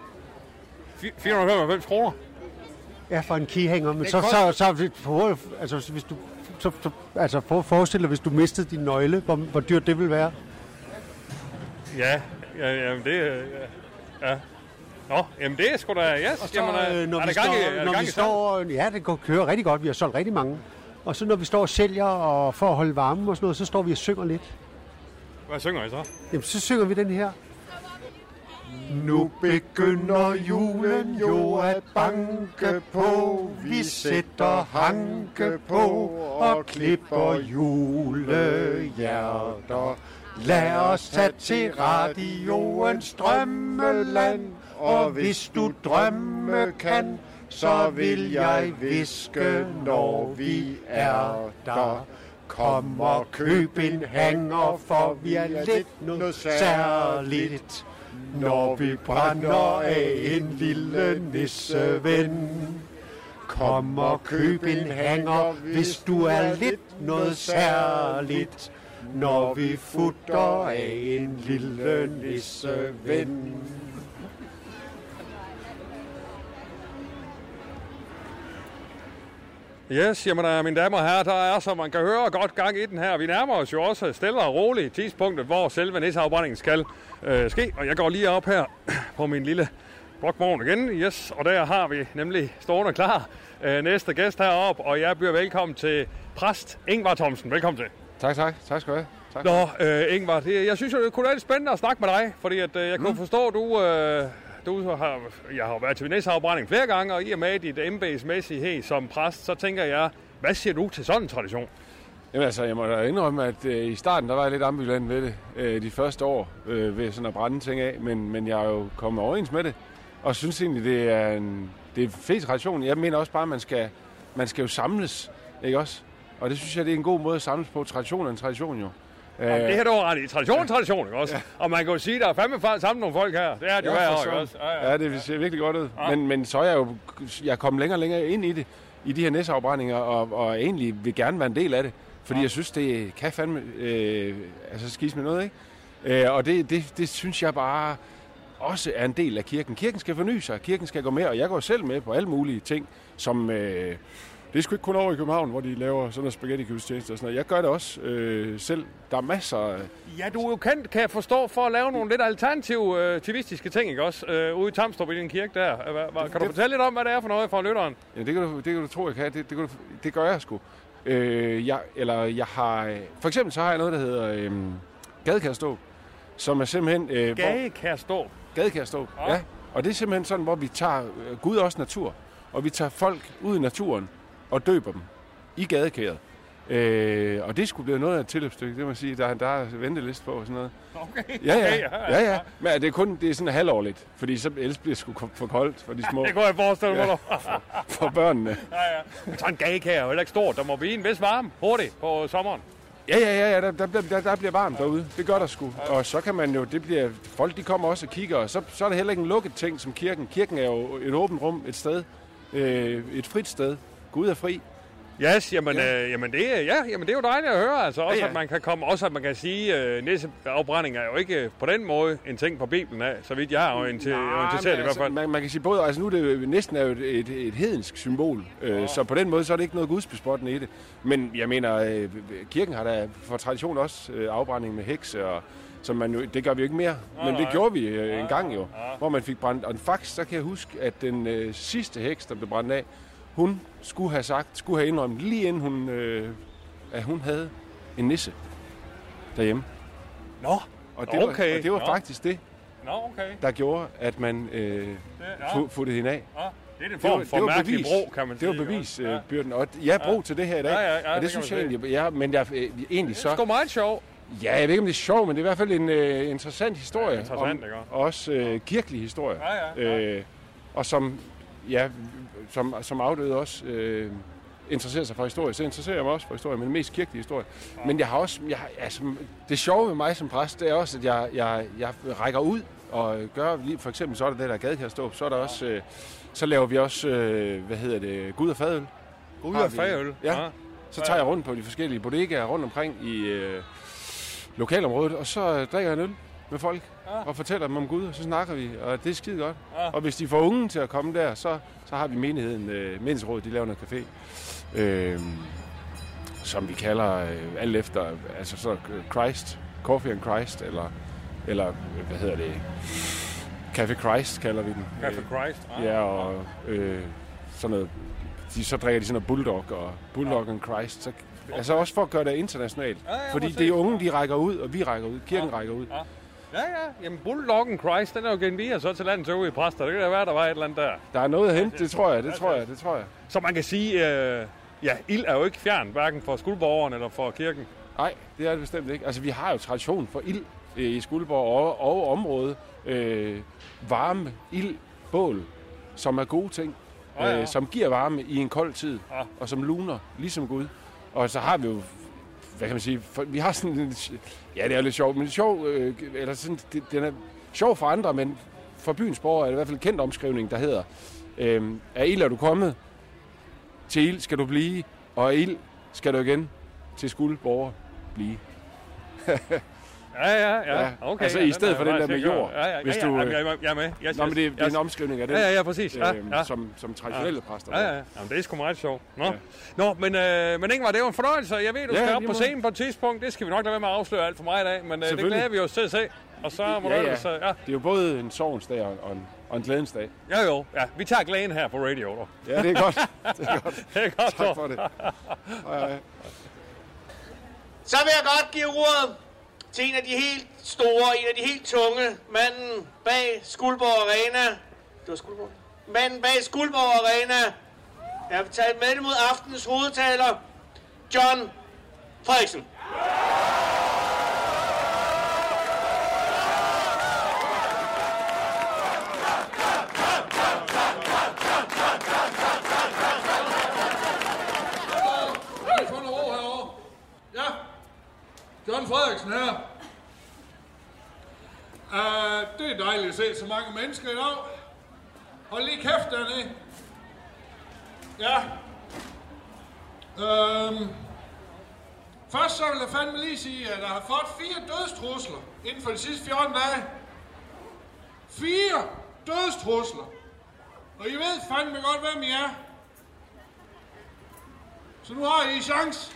495 kroner? Ja, for en keyhanger, men så hvis du forestiller, hvis du mistede din nøgle, hvor dyrt det vil være. Ja, det ja. Nå, jamen det er sgu da, yes. Og så, når vi står, ja, det kører rigtig godt, vi har solgt rigtig mange. Og så når vi står og sælger, og for at holde varmen og sådan noget, så står vi og synger lidt. Hvad synger I så? Jamen, så synger vi den her. Nu begynder julen jo at banke på, vi sætter hanke på og klipper julehjerter. Lad os tage til radioens drømmeland, og hvis du drømme kan, så vil jeg hviske, når vi er der. Kom og køb en hænger, for vi er lidt noget særligt, når vi brænder af en lille nisseven. Kom og køb en hænger, hvis du er lidt noget særligt, når vi futter af en lille nisseven. Yes, jamen mine damer og herrer, der er, som man kan høre, godt gang i den her. Vi nærmer os jo også stille og roligt tidspunktet, hvor selve nisseafbrændingen skal ske. Og jeg går lige op her på min lille blokvogn igen. Yes, og der har vi nemlig stående klar næste gæst heroppe, og jeg byder velkommen til præst Ingvar Thomsen. Velkommen til. Tak skal du have. Tak. Nå, Ingvar, jeg synes jo, det kunne være lidt spændende at snakke med dig, fordi at, jeg kunne forstå, at jeg har været til nisseafbrænding flere gange, og i og med dit embedsmæssighed som præst, så tænker jeg, hvad siger du til sådan en tradition? Jamen altså, jeg må da indrømme, at i starten, der var jeg lidt ambivalent ved det de første år, ved sådan at brænde ting af, men jeg er jo kommet overens med det, og synes egentlig, det er en fed tradition. Jeg mener også bare, at man skal jo samles, ikke også? Og det synes jeg, det er en god måde at samles på. Tradition er en tradition jo. Jamen, det her, du har ret i. Tradition, ikke også? Ja. Og man kan jo sige, at der er fandme sammen nogle folk her. Det er det jo her også. Ja, det ser virkelig godt ud. Ja. Men så er jeg kommet længere og længere ind i det, i de her nisseafbrændinger, og egentlig vil gerne være en del af det. Fordi jeg synes, det kan fandme skise med noget, ikke? Og det synes jeg bare også er en del af kirken. Kirken skal forny sig, kirken skal gå med, og jeg går selv med på alle mulige ting, som... Det er sgu ikke kun over i København, hvor de laver sådan noget spaghetti-gudstjeneste og sådan noget. Jeg gør det også selv. Der er masser af... Ja, du er jo kendt, kan jeg forstå, for at lave nogle lidt alternative aktivistiske ting, ikke også? Ude i Tamstrup i din kirke der. Kan du fortælle lidt om, hvad det er for noget for lytteren? Ja, det kan du tro, jeg kan. Det gør jeg sgu. Jeg har... For eksempel så har jeg noget, der hedder gadekærståb, som er simpelthen... Gadekærståb? Gadekærståb, ja. Og det er simpelthen sådan, hvor vi tager Gud også natur, og vi tager folk ud i naturen, og døber dem i gadekæret. Og det skulle blive noget af et tilløbsstykke, det må jeg sige. Der er venteliste på og sådan noget. Okay. Ja. Men det er sådan halvårligt, fordi så ellers bliver det sgu for koldt for de små. Det kunne jeg forestille mig. For børnene. Ja. Så en gadekære er jo heller ikke stort. Der må blive en vis varme hurtigt på sommeren. Ja, der bliver varmt derude. Det gør der sgu. Og så kan man jo, folk de kommer også og kigger, og så er det heller ikke en lukket ting som kirken. Kirken er jo et åbent rum, et sted, et frit sted. Gud er fri. Yes, jamen det er jo dejligt at høre, altså også, at man kan komme, også at man kan sige, nisseafbrænding er jo ikke på den måde en ting på Bibelen af, så vidt jeg har orienteret i hvert fald. Man kan sige både, altså nu er det jo næsten et hedensk symbol, så på den måde så er det ikke noget gudsbespottende i det. Men jeg mener, kirken har da for tradition også afbrænding med hekse, og som man jo, det gør vi jo ikke mere, men det gjorde vi en gang jo, hvor man fik brændt. Og faktisk, så kan jeg huske, at den sidste heks, der blev brændt af, hun skulle have indrømmet lige inden at hun havde en nisse derhjemme. Nå, og det var faktisk det, der gjorde, at man futtede hende af. Det er en form for mærkelig bro, kan man sige. Det var bevisbyrden, og bro til det her i dag, og det synes jeg egentlig, men jeg egentlig så... Det er sgu meget sjovt. Ja, jeg ved ikke, om det er sjovt, men det er i hvert fald en interessant historie. Også kirkelig historie. Og som afdøde også interesserer sig for historie. Så interesserer jeg mig også for historie, men mest kirkelig historie. Men jeg har også... det sjove ved mig som præst, det er også, at jeg rækker ud og gør... For eksempel så er der gadekærståb, så er der også... Så laver vi også, Gud og fadøl. Gud og fadøl? Ja. Så tager jeg rundt på de forskellige bodegaer rundt omkring i lokalområdet, og så drikker jeg en øl med folk og fortæller dem om Gud, og så snakker vi, og det er skide godt. Og hvis de får unge til at komme der, så har vi menigheden, menighedsrådet, de laver noget café, som vi kalder alt efter, altså så Christ, Coffee and Christ, eller hvad hedder det, Café Christ kalder vi den. Café Christ? Ja, og sådan noget. Så drikker de sådan noget Bulldog and Christ. Så, altså også for at gøre det internationalt. Fordi det er unge, de rækker ud, og vi rækker ud. Kirken rækker ud. Ja. Jamen Bulldog and Christ, den er jo genviret så til landets øvrige præster. Det kan da være, der var et eller andet der. Der er noget at hente, det tror jeg. Så man kan sige, ild er jo ikke fjern, hverken for Skuldborgeren eller for kirken. Nej, det er det bestemt ikke. Altså vi har jo tradition for ild i Skuldborg og området. Varme, ild, bål, som er gode ting. Som giver varme i en kold tid, og som luner, ligesom Gud. Og så har vi jo, hvad kan man sige, vi har sådan, ja, det er lidt sjovt, men sjov, eller sådan, den er sjov for andre, men for byens borgere er det i hvert fald en kendt omskrivning, der hedder, af ild er du kommet, til ild skal du blive, og af ild skal du igen til Skuldborg blive. Ja. Okay. Altså i stedet for den der med jord. Hvis du, jeg er med. Nå, men det er en omskrivning af det. Ja, præcis. Som traditionelle præster. Ja. Jamen, det er sgu meget sjovt. Nå, men Ingvar, det er jo en fornøjelse. Jeg ved, du skal op på scenen på et tidspunkt. Det skal vi nok lade være med at afsløre alt for mig i dag, men det glæder vi os til at se. Og så må du ellers... Det er jo både en sorgens dag og en glædens dag. Jo. Ja, vi tager glæden her på radio, dog. Ja, det er godt. Det er godt. Tak for det. Så vil jeg godt give ordet til en af de helt store, en af de helt tunge, manden bag Skuldborg Arena. Det var Skuldborg? Manden bag Skuldborg Arena. Jeg vil tage med mod aftenens hovedtaler, John Frederiksen. John Frederiksen her. Det er dejligt at se så mange mennesker i dag. Hold lige kæft dernede. Ja. Først så vil jeg fandme lige sige, at jeg har fået 4 dødstrusler inden for de sidste 14 dage. 4 dødstrusler. Og I ved fandme godt, hvem I er. Så nu har I chance.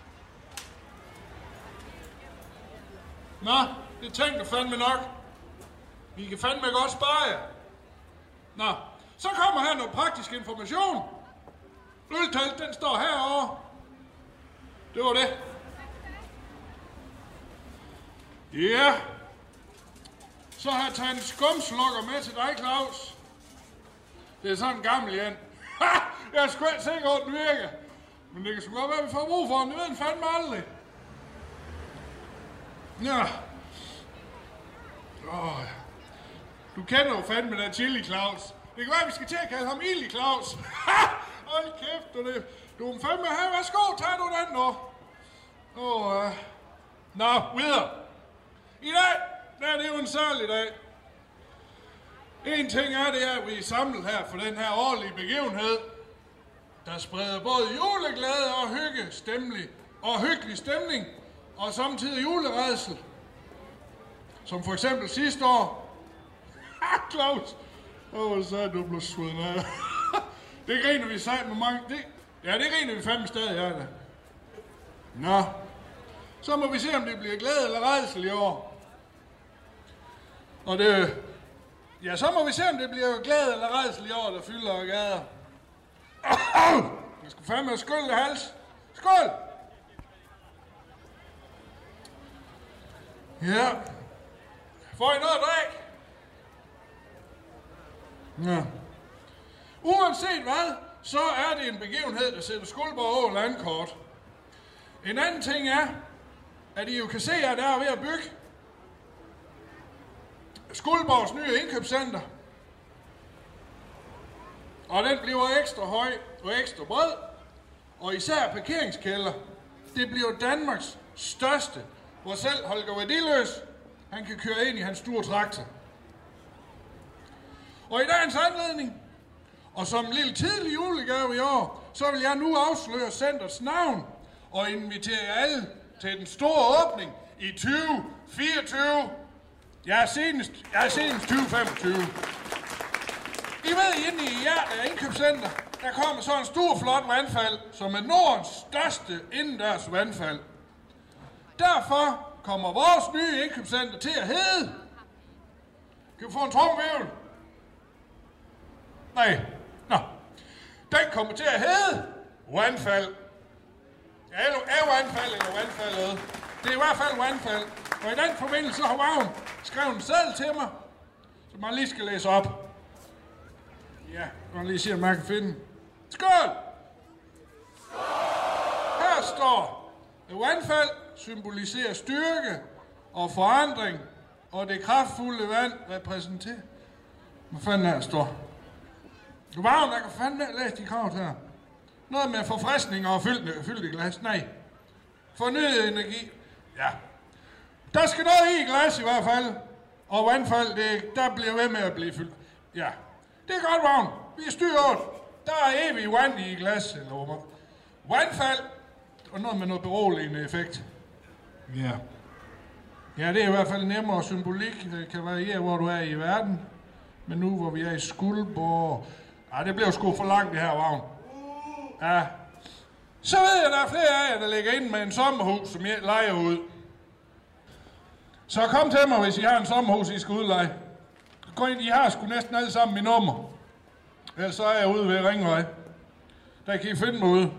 Nå, det tænker fandme nok. Vi kan fandme godt spare jer. Nå, så kommer her noget praktisk information. Øltalt, den står herovre. Det var det. Ja. Så har jeg taget en skumslukker med til dig, Claus. Det er sådan en gammel en. Ha! Jeg er sgu ikke sikker på, at den virker. Men det kan sgu godt være, at vi får brug for den. Det ved den fandme aldrig. Ja. Du kender jo fandme den Chili Claus. Det kan være, at vi skal til at kalde ham Illy Claus. Hold kæft, du må fandme have. Værsgo, tag du den nu. Nå, videre. I dag, der er det jo en særlig dag. En ting er det, at vi er samlet her for den her årlige begivenhed. der spreder både juleglæde og hyggelig stemning, og samtidig julerædsel. Som for eksempel sidste år. Claus! Så er du blevet sveden af. Det griner vi sejt med mange. Det griner vi fandme stadig af det. Nå. Så må vi se, om det bliver glæde eller rædsel i år. Og det... Ja, så må vi se, om det bliver glæde eller rædsel i år, der fylder og gader. Jeg skal fandme have skål i hals. Skål! Ja. Får I noget at drikke? Ja. Uanset hvad, så er det en begivenhed, der sætter Skuldborg over landkort. En anden ting er, at I jo kan se, at der er ved at bygge Skuldborgs nye indkøbscenter. Og den bliver ekstra høj og ekstra bred, og især parkeringskælder. Det bliver Danmarks største, hvor selv Holger Værdiløs, han kan køre ind i hans store traktor. Og i dagens anledning, og som en lille tidlig julegave i år, så vil jeg nu afsløre centerets navn og invitere jer alle til den store åbning i 2024. Jeg er senest 2025. I ved, inde i hjertet af indkøbscenter, der kommer så en stor flot vandfald, som er Nordens største indendørs vandfald. Derfor kommer vores nye indkøbscenter til at hedde... Kan vi få en trommevirvel? Nej. Nå. Den kommer til at hedde vandfald. Ja, er vandfald eller vandfaldet. Det er i hvert fald vandfald. Og i den forbindelse har Vagn skrevet en seddel til mig, som man lige skal læse op. Ja, jeg kan lige se, om man kan finde den. Skål! Her står, at vandfald symboliserer styrke og forandring, og det kraftfulde vand repræsenterer. Hvad fanden her står? Vagn, jeg kan fandme læse de krav her. Noget med forfriskning og fyldte glas. Nej. Fornyet energi. Ja. Der skal noget i glas i hvert fald. Og vandfald, der bliver ved med at blive fyldt. Ja. Det er godt, Vagn. Vi er styret. Der er evig vand i glas. Eller vandfald. Og noget med noget beroligende effekt. Ja. Ja, det er i hvert fald nemmere symbolik. Det kan variere, hvor du er i verden. Men nu, hvor vi er i Skuldborg... Ej, det bliver sgu for langt, det her, Vagn. Ja. Så ved jeg, der er flere af jer, der ligger inde med en sommerhus, som jeg lejer ud. Så kom til mig, hvis I har en sommerhus, I skal udleje. Gå ind, I har sgu næsten alle sammen mit nummer. Ellers så er jeg ude ved Ringvej. Der kan I finde mig ude.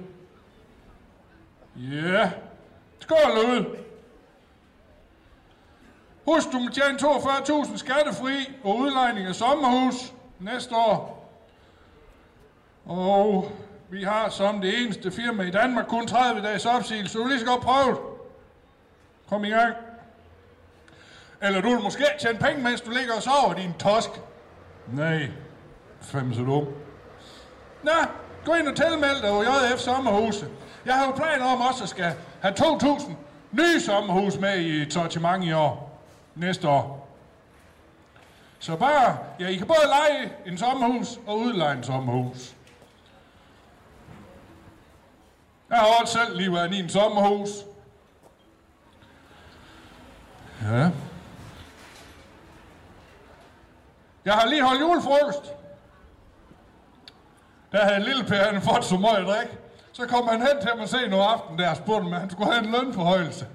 Ja. Skål ud. Husk, du må tjene 42.000 skattefri og udlejning af sommerhus næste år. Og vi har som det eneste firma i Danmark kun 30 dages opsigelse, så du lige skal godt prøve det. Kom i gang. Eller du vil måske tjene penge, mens du ligger og sover, din tosk. Nej, fandme så dum. Nå, gå ind og tilmeld dig over JF Sommerhuse. Jeg har jo planer om også at skal have 2.000 nye sommerhus med i et sortiment i år. Næste år. Så bare, ja, I kan både leje en sommerhus og udleje en sommerhus. Jeg har også selv lige været i en sommerhus. Ja. Jeg har lige holdt julefrokost. Der havde lille Per, han fået så meget at drikke. Så kom han hen til mig senere aften, der spurgte mig, han skulle have en lønforhøjelse.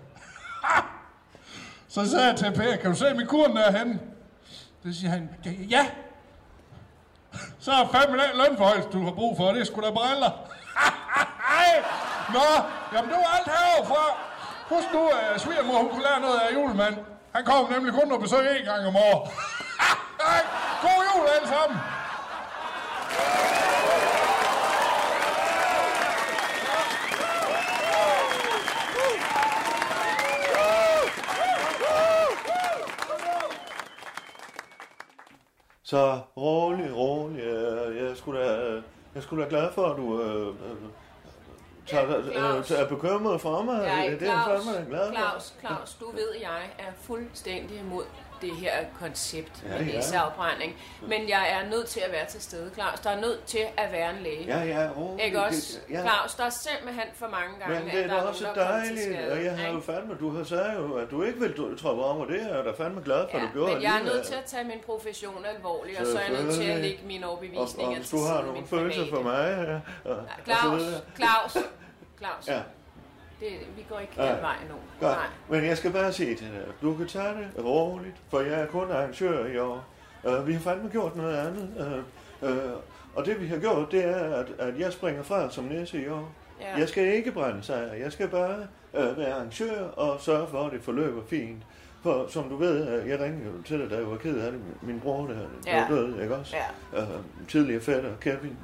Så sagde jeg til Per, kan du se min kurven derhenne? Så siger han, ja. Så er fandme den lønforhøjelse, du har brug for, det er sgu da briller. Nå, jamen det var alt heroverfra. Husk nu, at svigermor, hun kunne lære noget af julemand. Han kommer nemlig kun og besøge en gang om året. God jul alle sammen. Så rolig. Jeg er sgu da glad for, at du er bekymret for mig. Nej, Claus, du ved, jeg er fuldstændig imod det her koncept med næseafbrænding. Men jeg er nødt til at være til stede, Claus. Der er nødt til at være en læge. Ikke også? Claus, der er simpelthen for mange gange, men det er da også dejligt, og jeg har jo fandme, du sagde jo, at du ikke vil troppe om, og det er jeg da fandme glad for, at du gjorde. Men jeg er nødt til at tage min profession alvorligt, og så er jeg nødt til at lægge mine overbevisninger til side. Du har nogle følelser for mig. Claus. Ja. Vi går ikke den vej nu. Nej. Men jeg skal bare sige til dig, du kan tage det roligt, for jeg er kun arrangør i år. Vi har fandme gjort noget andet. Og det vi har gjort, det er, at jeg springer fra som næse i år. Ja. Jeg skal ikke brænde sig. Jeg skal bare være arrangør og sørge for, at det forløber fint. For som du ved, jeg ringede til dig, da jeg var ked af det. Min bror, der var død, ikke også? Ja. Tidligere fætter, Kevin.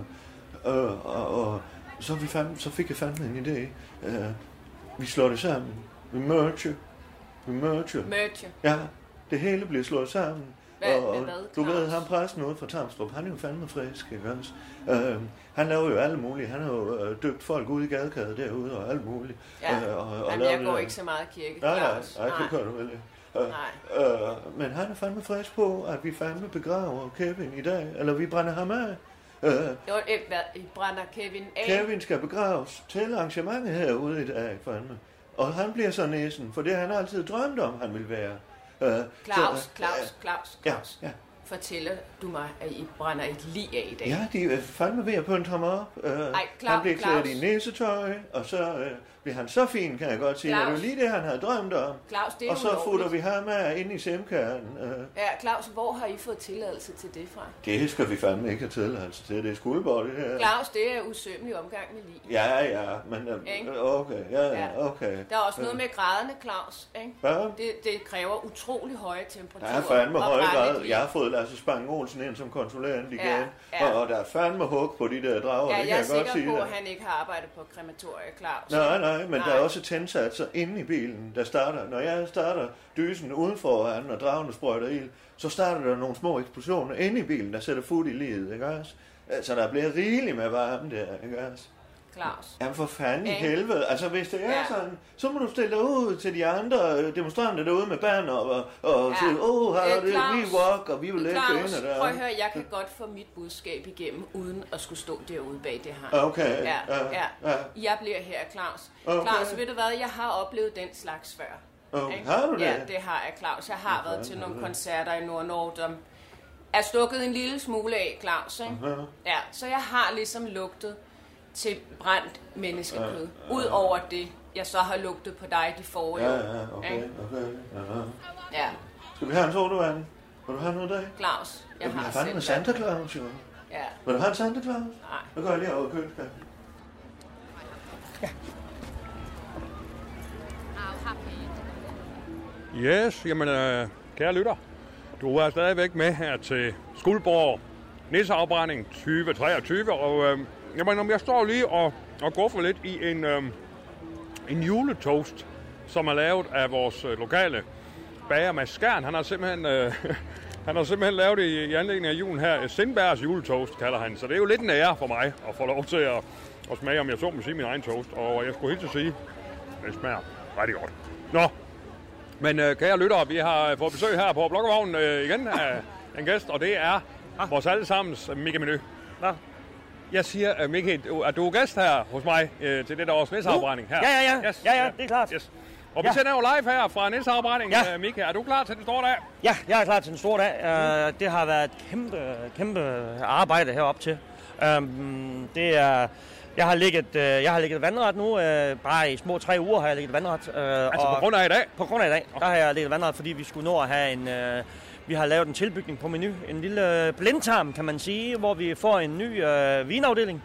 Og så fik jeg fandme en idé. Vi slår det sammen. Vi merger. Ja, det hele bliver slået sammen. Og du ved, ham præsten ude fra Tamstrup, han er jo fandme frisk, ikke også? Han laver jo alt muligt. Han har jo døbt folk ude i gadekædet derude og alt muligt. Ja, jeg går ikke så meget i kirke. Nej, det gør du vel ikke. Men han er fandme frisk på, at vi fandme begraver Kevin i dag, eller vi brænder ham af. Brænder Kevin af? Kevin skal begraves til arrangementet herude i dag, fandme. Og han bliver så næsen, for det han altid drømt om, han vil være. Claus. Ja. Fortæller du mig, at I brænder et lig af i dag? Ja, de er fandme ved at pynte ham op. Han bliver klædt i næsetøj, og så bliver han så fin, kan jeg godt sige. Det er jo lige det, han havde drømt om. Claus, det er og så futter vi ham af ind i semkernen. Ja, Claus, hvor har I fået tilladelse til det fra? Det skal vi fandme ikke have tilladelse til. Det er Skuldborg, det her. Claus, det er usømmelig omgang med lig. Ja, men okay. Okay. Der er også noget med graderne, Claus. Ikke? Ja. Det kræver utrolig høje temperaturer. Der er fandme høje grader. Jeg har fået Lasse Spang Olsen ind som konsulent igen. Ja. Og der er fandme hug på de der drager. Ja, det jeg er sikker på, at han ikke har arbejdet på krematorie, Claus. Nej, men der er også tændsatser inde i bilen, der starter. Når jeg starter dysen udenfor han og dragene sprøjter ild, så starter der nogle små eksplosioner inde i bilen, der sætter fod i livet, ikke også? Så der bliver rigeligt med varme der, ikke også? Claus. Jamen for fanden i helvede. Altså hvis det er sådan, så må du stille dig ud til de andre demonstranter derude med banner og sige, her er det, we walk, og vi vil lægge det ind der. Prøv at høre, jeg kan godt få mit budskab igennem, uden at skulle stå derude bag det her. Okay. Ja. Jeg bliver her, Claus. Okay. Claus, ved du hvad, jeg har oplevet den slags før. Har du det? Ja, det har jeg, Claus. Jeg har været til nogle koncerter i Nord-Norge, som er stukket en lille smule af, Claus. Ja, så jeg har ligesom lugtet til brændt menneskekød. Udover det, jeg så har lugtet på dig de forrige år. Okay. Ja. Skal vi have en sodavand? Vil du have noget af? Claus, jeg har fandme med Santa Claus, jo. Ja. Vil du have en Santa Claus? Nej. Så går jeg lige over i køleskabet. Yes, jamen kære lytter, du er stadigvæk med her til Skuldborg Næseafbrænding 2023, og jamen, jeg står lige og guffer lidt i en juletoast, som er lavet af vores lokale bager Mads Skjern. Han har simpelthen lavet det i anledning af julen her. Sindbergs juletoast kalder han, så det er jo lidt en ære for mig at få lov til at smage, om jeg så må sige, min egen toast. Og jeg skulle helt til at sige, det smager rigtig godt. Nå, men kære lyttere, vi har fået besøg her på Blokkervognen igen af en gæst, og det er vores allesammens Mikke Meny. Jeg siger, Mikke, at du er gæst her hos mig til det der års næseafbrænding her. Ja, det er klart. Yes. Og vi sender jo live her fra næseafbrænding, Mikke. Er du klar til den store dag? Ja, jeg er klar til den store dag. Det har været et kæmpe arbejde heroppe til. Jeg har ligget vandret nu, bare i små 3 uger har jeg ligget vandret. Altså på grund af i dag? På grund af i dag, der har jeg ligget vandret, fordi vi skulle nå at have vi har lavet en tilbygning på Meny, en lille blindtarm, kan man sige, hvor vi får en ny vinafdeling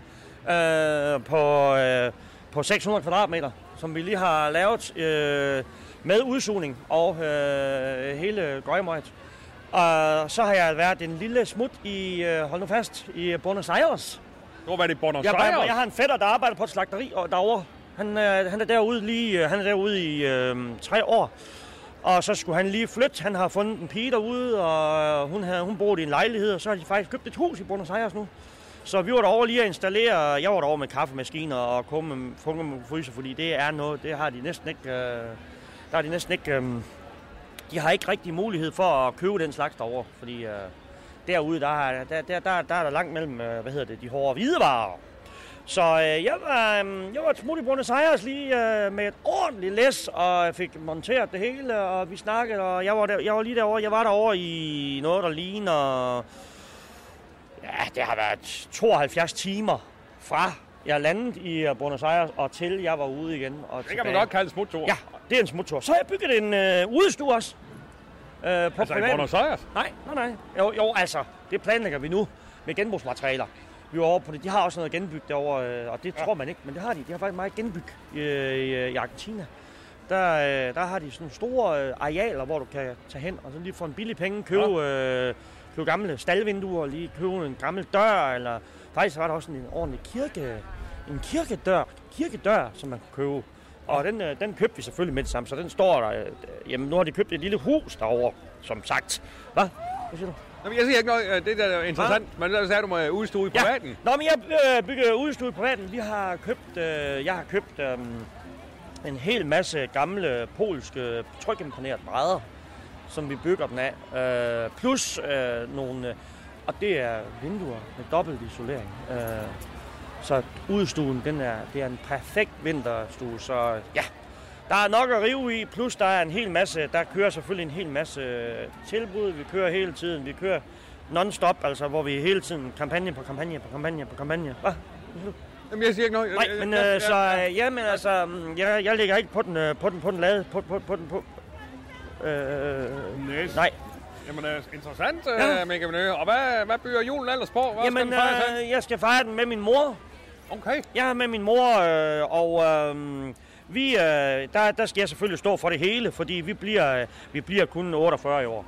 på 600 kvadratmeter, som vi lige har lavet med udsugning og hele gøjemøjet. Og så har jeg været en lille smut i, hold nu fast, i Buenos Aires. Hvor var det Buenos Aires? Jeg har en fætter, der arbejder på et slagteri derovre. Han er derude i 3 år. Og så skulle han lige flytte. Han har fundet en pige derude, og hun boede i en lejlighed, og så har de faktisk købt et hus i Buenos Aires nu. Så vi var derovre lige at installere. Jeg var derovre med kaffemaskiner og fryser, fordi det er noget, det har de næsten ikke. de har ikke rigtig mulighed for at købe den slags derovre, fordi derude, der er der langt mellem, de hårde hvidevarer. Så jeg var et smut i Buenos Aires lige med et ordentligt læs, og fik monteret det hele, og vi snakkede, og jeg var lige derovre. Jeg var derovre i noget, der ligner... Ja, det har været 72 timer fra jeg landede i Buenos Aires, og til jeg var ude igen. Og det kan man godt kalde en smuttur. Ja, det er en smuttur. Så har jeg bygget en udestue også. Altså i Buenos Aires? Nej. Jo, altså, det planlægger vi nu med genbrugsmaterialer. Vi var over på det. De har også noget genbyg derovre, og det tror man ikke, men det har de. De har faktisk meget genbyg i Argentina. Der har de sådan store arealer, hvor du kan tage hen og så lige for en billig penge købe gamle staldvinduer, lige købe en gammel dør, eller faktisk var der også en ordentlig kirkedør, som man kunne købe. Og den købte vi selvfølgelig med det samme, så den står der. Jamen, nu har de købt et lille hus derovre, som sagt. Hvad siger du? Jamen, jeg siger ikke noget, det er interessant, men så sagde du med udstue i privaten. Ja. Nå, men jeg bygger udstue i privaten. Jeg har købt en hel masse gamle polske trykimponerede brædder, som vi bygger den af. Plus nogle, og det er vinduer med dobbelt isolering. Så udstuen, det er en perfekt vinterstue, så ja. Der er nok at rive i, plus der er en hel masse, der kører selvfølgelig en hel masse tilbud. Vi kører hele tiden, vi kører non-stop, altså hvor vi hele tiden kampagne på kampagne. Hvad? Jamen, jeg siger ikke noget. Nej, men jeg lægger ikke på den lade, nej. Jamen, interessant, Mikke Venø. Og hvad bygger julen ellers på? Jeg skal fejre den med min mor. Okay. Jeg er med min mor, og der skal jeg selvfølgelig stå for det hele, fordi vi bliver kun 48 i år.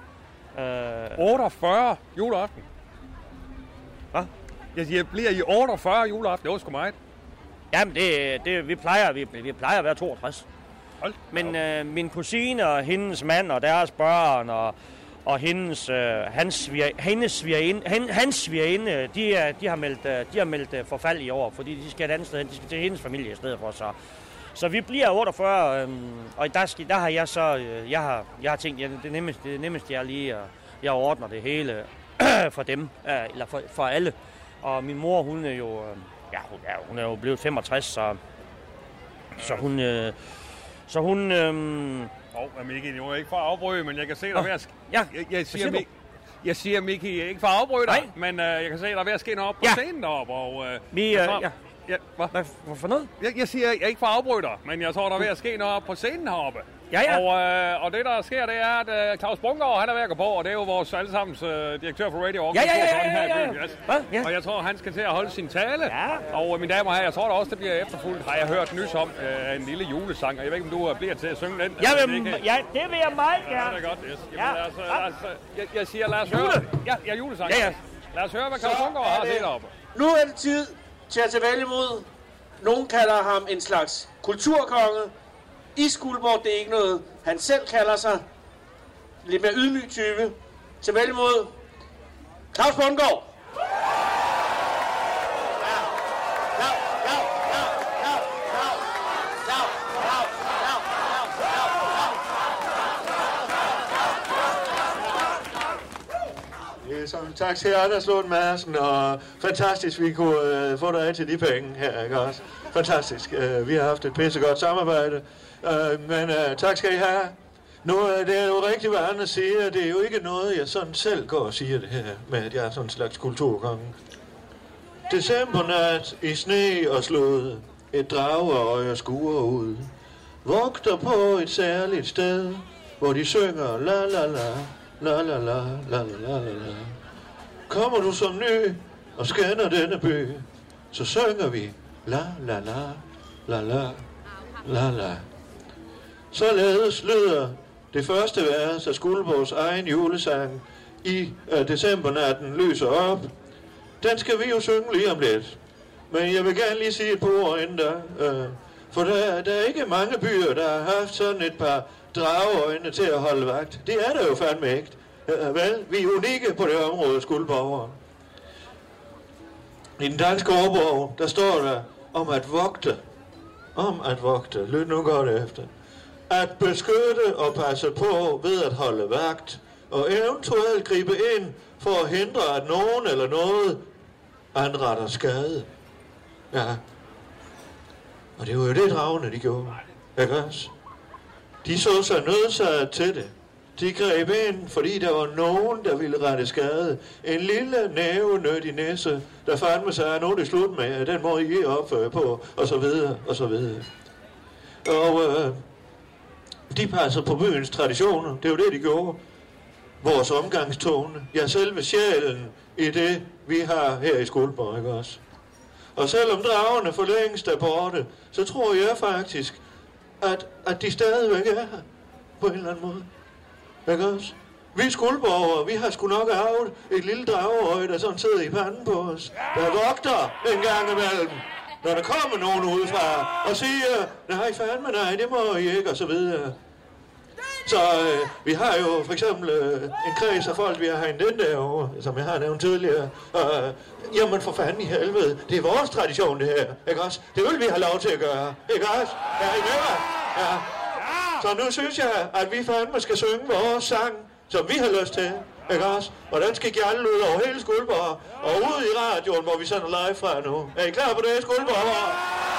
48 juleaften? Hvad? Jeg siger, bliver I 48 juleaften? Det var sgu meget. Jamen, vi plejer at være 62. Hold. Men min kusine og hendes mand og deres børn og hans svigerinde, de har meldt forfald i år, fordi de skal et andet sted hen. De skal til hendes familie i stedet for, så vi bliver 48, og der har jeg så, jeg har tænkt, det nemmeste er lige, jeg ordner det hele for dem, eller for alle. Og min mor, hun er jo, hun er jo blevet 65, så hun... Mikke, jeg er ikke for at afbryde, men jeg kan se dig ved at... Jeg siger, Mikke, ikke for at afbryde dig, men jeg kan se dig ved at ske op på scenen deroppe, og... Hvorfor noget? Jeg siger, jeg er ikke for at afbryde dig, men jeg tror, der er ved at ske noget op på scenen heroppe. Ja. Og det, der sker, det er, at Claus Bunker, han er ved at gå på, og det er jo vores allesammens direktør for Radio. Ja. Og jeg tror, han skal til at holde sin tale. Ja. Og mine damer og herrer, jeg tror da også, det bliver efterfulgt. Har jeg hørt nys om en lille julesang, og jeg ved ikke, om du bliver til at synge den. Det vil jeg meget gerne. Ja, det er godt. Yes. Jamen, jeg siger, lad os høre. Ja, julesang. Ja. Lad os høre, hvad Claus Bunker har set deroppe. Nu er det tid til at tage vel imod. Nogen kalder ham en slags kulturkonge. I Skuldborg, det er ikke noget, han selv kalder sig. Lidt mere ydmyg type. Til vel imod Claus Bundgaard. Så tak til Anders Lund Madsen, og fantastisk, vi kunne få dig til de penge her, ikke også? Fantastisk. Vi har haft et pissegodt samarbejde, men tak skal I have. Nu det er jo rigtigt, hvad Anders siger. Det er jo ikke noget, jeg sådan selv går og siger det her, med at jeg er sådan en slags kulturkonge. Decembernat i sne og slået, et drageøje skuer ud. Vogter på et særligt sted, hvor de synger la la la. La la la, la la la la. Kommer du som ny og skænder denne by, så synger vi la la la, la la, la la. Således lyder det første vers af Skuldborgs egen julesang i decembernatten lyser op. Den skal vi jo synge lige om lidt. Men jeg vil gerne lige sige et par ord inden der. For der er ikke mange byer, der har haft sådan et par drageøjne til at holde vagt. Det er der jo fandme ikke. Vel, vi er unikke på det område, Skuldborgere. I den danske ordbog, der står der om at vogte. Om at vogte. Lyt nu godt efter. at beskytte og passe på ved at holde vagt, og eventuelt gribe ind for at hindre, at nogen eller noget anretter skade. Ja. Og det var jo det, dragerne de gjorde. Ikke også? De så sig nødsaget til det. De greb ind, fordi der var nogen, der ville rette skade. En lille nævenødig næse, der fandme sig, nu er det slut med, den må I opføre på, og så videre, og så videre. Og de passer på byens traditioner. Det er jo det, de gjorde. Vores omgangstone. Ja, selve sjælen i det, vi har her i Skuldborg, ikke også? Og selvom dragerne for længst er borte, så tror jeg faktisk, at de stadigvæk er her. På en eller anden måde. Ikke også? Vi Skuldborgere, vi har sgu nok arvet et lille drageøje, der sådan sidder i panden på os. Der vogter en gang imellem, når der kommer nogen udefra og siger, nej fandme nej, det må I ikke, og så videre. Så vi har jo for eksempel en kreds af folk, vi har herinde den derovre, som jeg har nævnt tidligere. Jamen for fanden i helvede, det er vores tradition det her, ikke også? Det vil vi have lov til at gøre, ikke også? Ja, I med mig? Ja. Så nu synes jeg, at vi fandme skal synge vores sang, som vi har lyst til, ikke også? Og den skal gjalde ud over hele Skuldborg, og ud i radioen, hvor vi sender live fra nu. Er I klar på det, Skuldborg?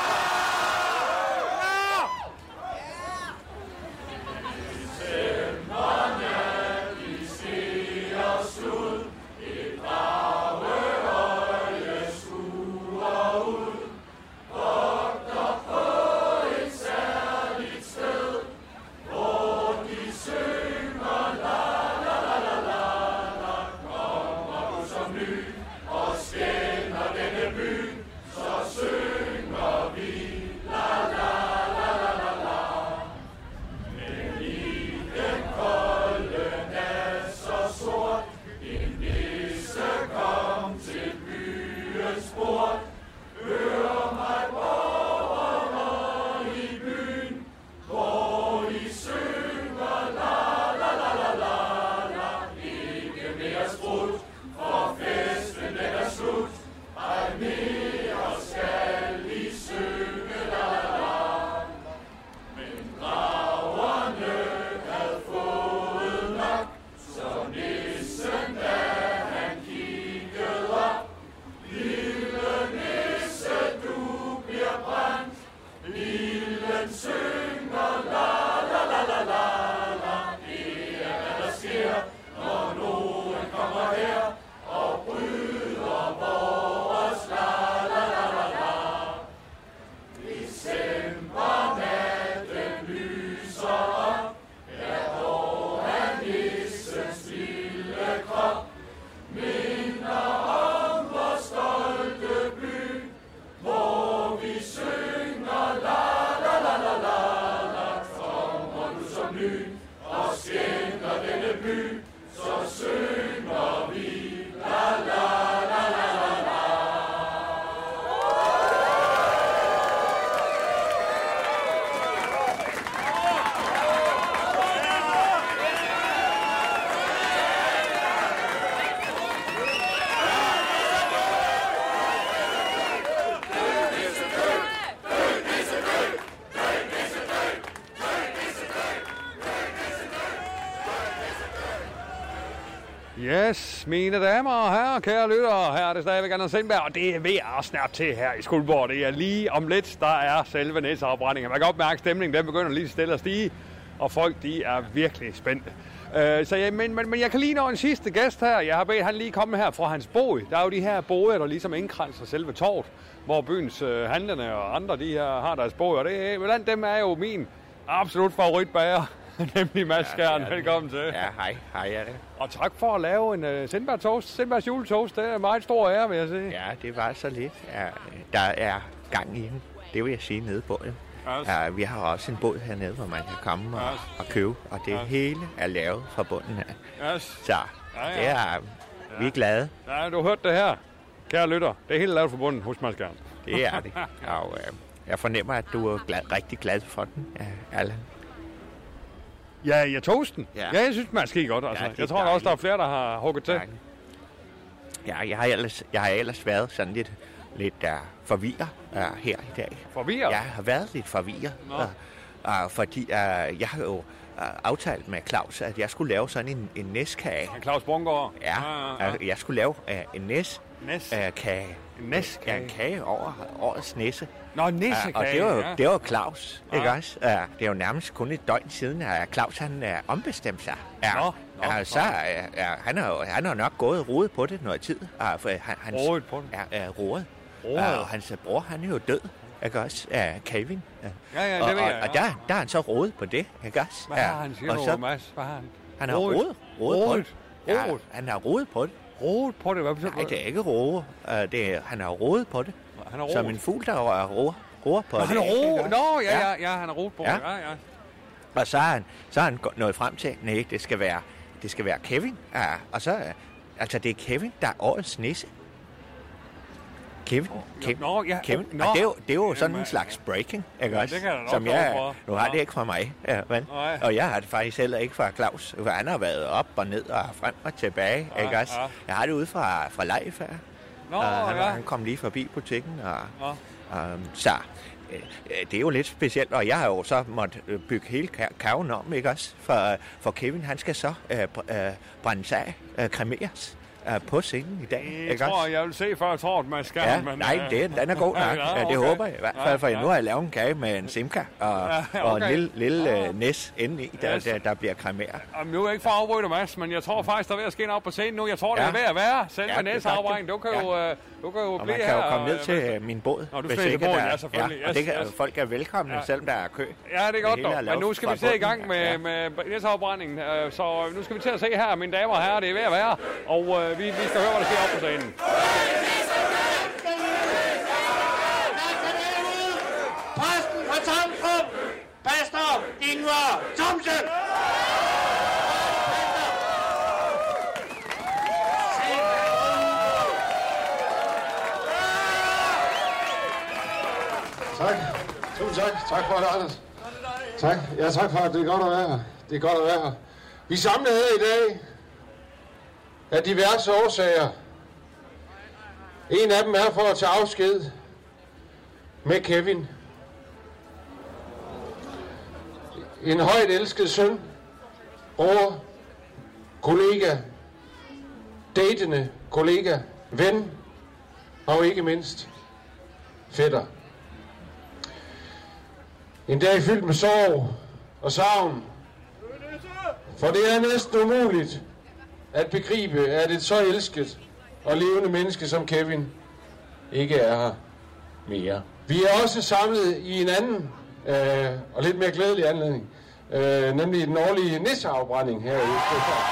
Yes, mine damer og herrer, kære lyttere, her er det stadigvæk Anders Sindberg, og det er ved at snart til her i Skuldborg. Det er lige om lidt, der er selve næseafbrændingen. Man kan godt mærke, at stemningen den begynder lige stille at stige, og folk de er virkelig spændte. Men jeg kan lige nå en sidste gæst her. Jeg har bedt han lige komme her fra hans bod. Der er jo de her boder, der ligesom indkranser selve torvet, hvor byens handlende og andre de her har deres bod. Og blandt dem er jo min absolut favoritbager. Nemlig Mads Skjern. Ja, velkommen til. Ja, hej. Hej er det. Og tak for at lave en Sindberg toast, Sindbergs juletoast. Det er en meget stor ære, vil jeg sige. Ja, det var så lidt. Ja, der er gang i den. Det vil jeg sige nede på det. Ja, vi har også en båd hernede, hvor man kan komme og købe. Og det hele er lavet fra bunden af. Så det er, vi er glade. Ja, du har hørt det her, kære lytter. Det er helt lavet fra bunden hos Mads Skjern. Det er det. Og jeg fornemmer, at du er rigtig glad for den, Allan. Ja, toasten. Ja, jeg synes, man skal godt. Altså. Ja, jeg tror også, der er flere, der har hugget til. Ja, jeg har ellers været sådan lidt forvirret her i dag. Forvirret? Jeg har været lidt forvirret. fordi jeg har jo aftalt med Claus, at jeg skulle lave sådan en næskage. Claus Bungård? Ja, jeg skulle lave en næskage. En næskage? Ja, en kage over årets næse. Nå, næsekage, og det var Claus, ikke også? Det er jo nærmest kun et døgn siden, at Claus han ombestemt sig. Han har nok gået og rodet på det noget tid. Rodet på det? Ja, rodet. Og hans bror, han er jo død, ikke også? Kevin. Ja, det ved jeg. Og der er han så rodet på det, ikke også? Hvad har han, siger du, Mads? Hvad har han? Han har rodet på det. Ja, han har rodet på det. Rodet på det? Hvad betyder det? Nej, det er ikke rodet. Han har rodet på det. Han har rodet? Som en fugl, der roer på det. Han har rodet? Nå, ja, han har rodet på det. Ja. Og så er han nået frem til, nej, det skal være Kevin. Ja, og så, altså det er Kevin, der er årets nisse. Kevin. Og det er jo sådan en slags breaking, ikke også? Det kan jeg nok for. Nu har det ikke fra mig, og jeg har det faktisk heller ikke fra Claus. Han har været op og ned og frem og tilbage, ikke også? Jeg har det ude fra Leif her. Han kom lige forbi butikken, så det er jo lidt specielt, og jeg har jo så måttet bygge hele kaven om, ikke også? For Kevin, han skal så brændes af, kremeres på scenen i dag. Jeg tror, jeg vil se, før jeg tror, at man skal. Ja, men, den er god nok. Okay. Det håber jeg i hvert fald, for nu har jeg lavet en kage med en simka og en lille næs inde i, der bliver kremeret. Nu er jeg ikke for at afbryde dig, Mads, men jeg tror faktisk, der er ved at ske noget på scenen nu. Jeg tror, det er ved at være selve næsafbrænding. Du kan jo blive her. Man kan jo komme ned til min båd. Nå, du skal til båden, ja, selvfølgelig. Og det kan, folk er velkomne, selvom der er kø. Ja, det er godt dog. Men nu skal vi til i gang med næsafbrændingen. Så nu skal vi til at se her, mine damer og herrer, det er ved at være. Og vi skal høre, hvad der sker op på scenen. Præsten fra Tomstrup, pastor Ingvar Thomsen. Tak. Tusind tak. Tak for det, Anders. Tak. Ja, tak for det. Det er godt at være her. Det er godt at være her. Vi er samlet her i dag af diverse årsager. En af dem er for at tage afsked med Kevin. En højt elsket søn, bror, kollega, datende kollega, ven og ikke mindst fætter. En dag fyldt med sorg og savn, for det er næsten umuligt at begribe, at et så elsket og levende menneske som Kevin ikke er her mere. Vi er også samlet i en anden og lidt mere glædelig anledning, nemlig den årlige nisseafbrænding her i Østfjord.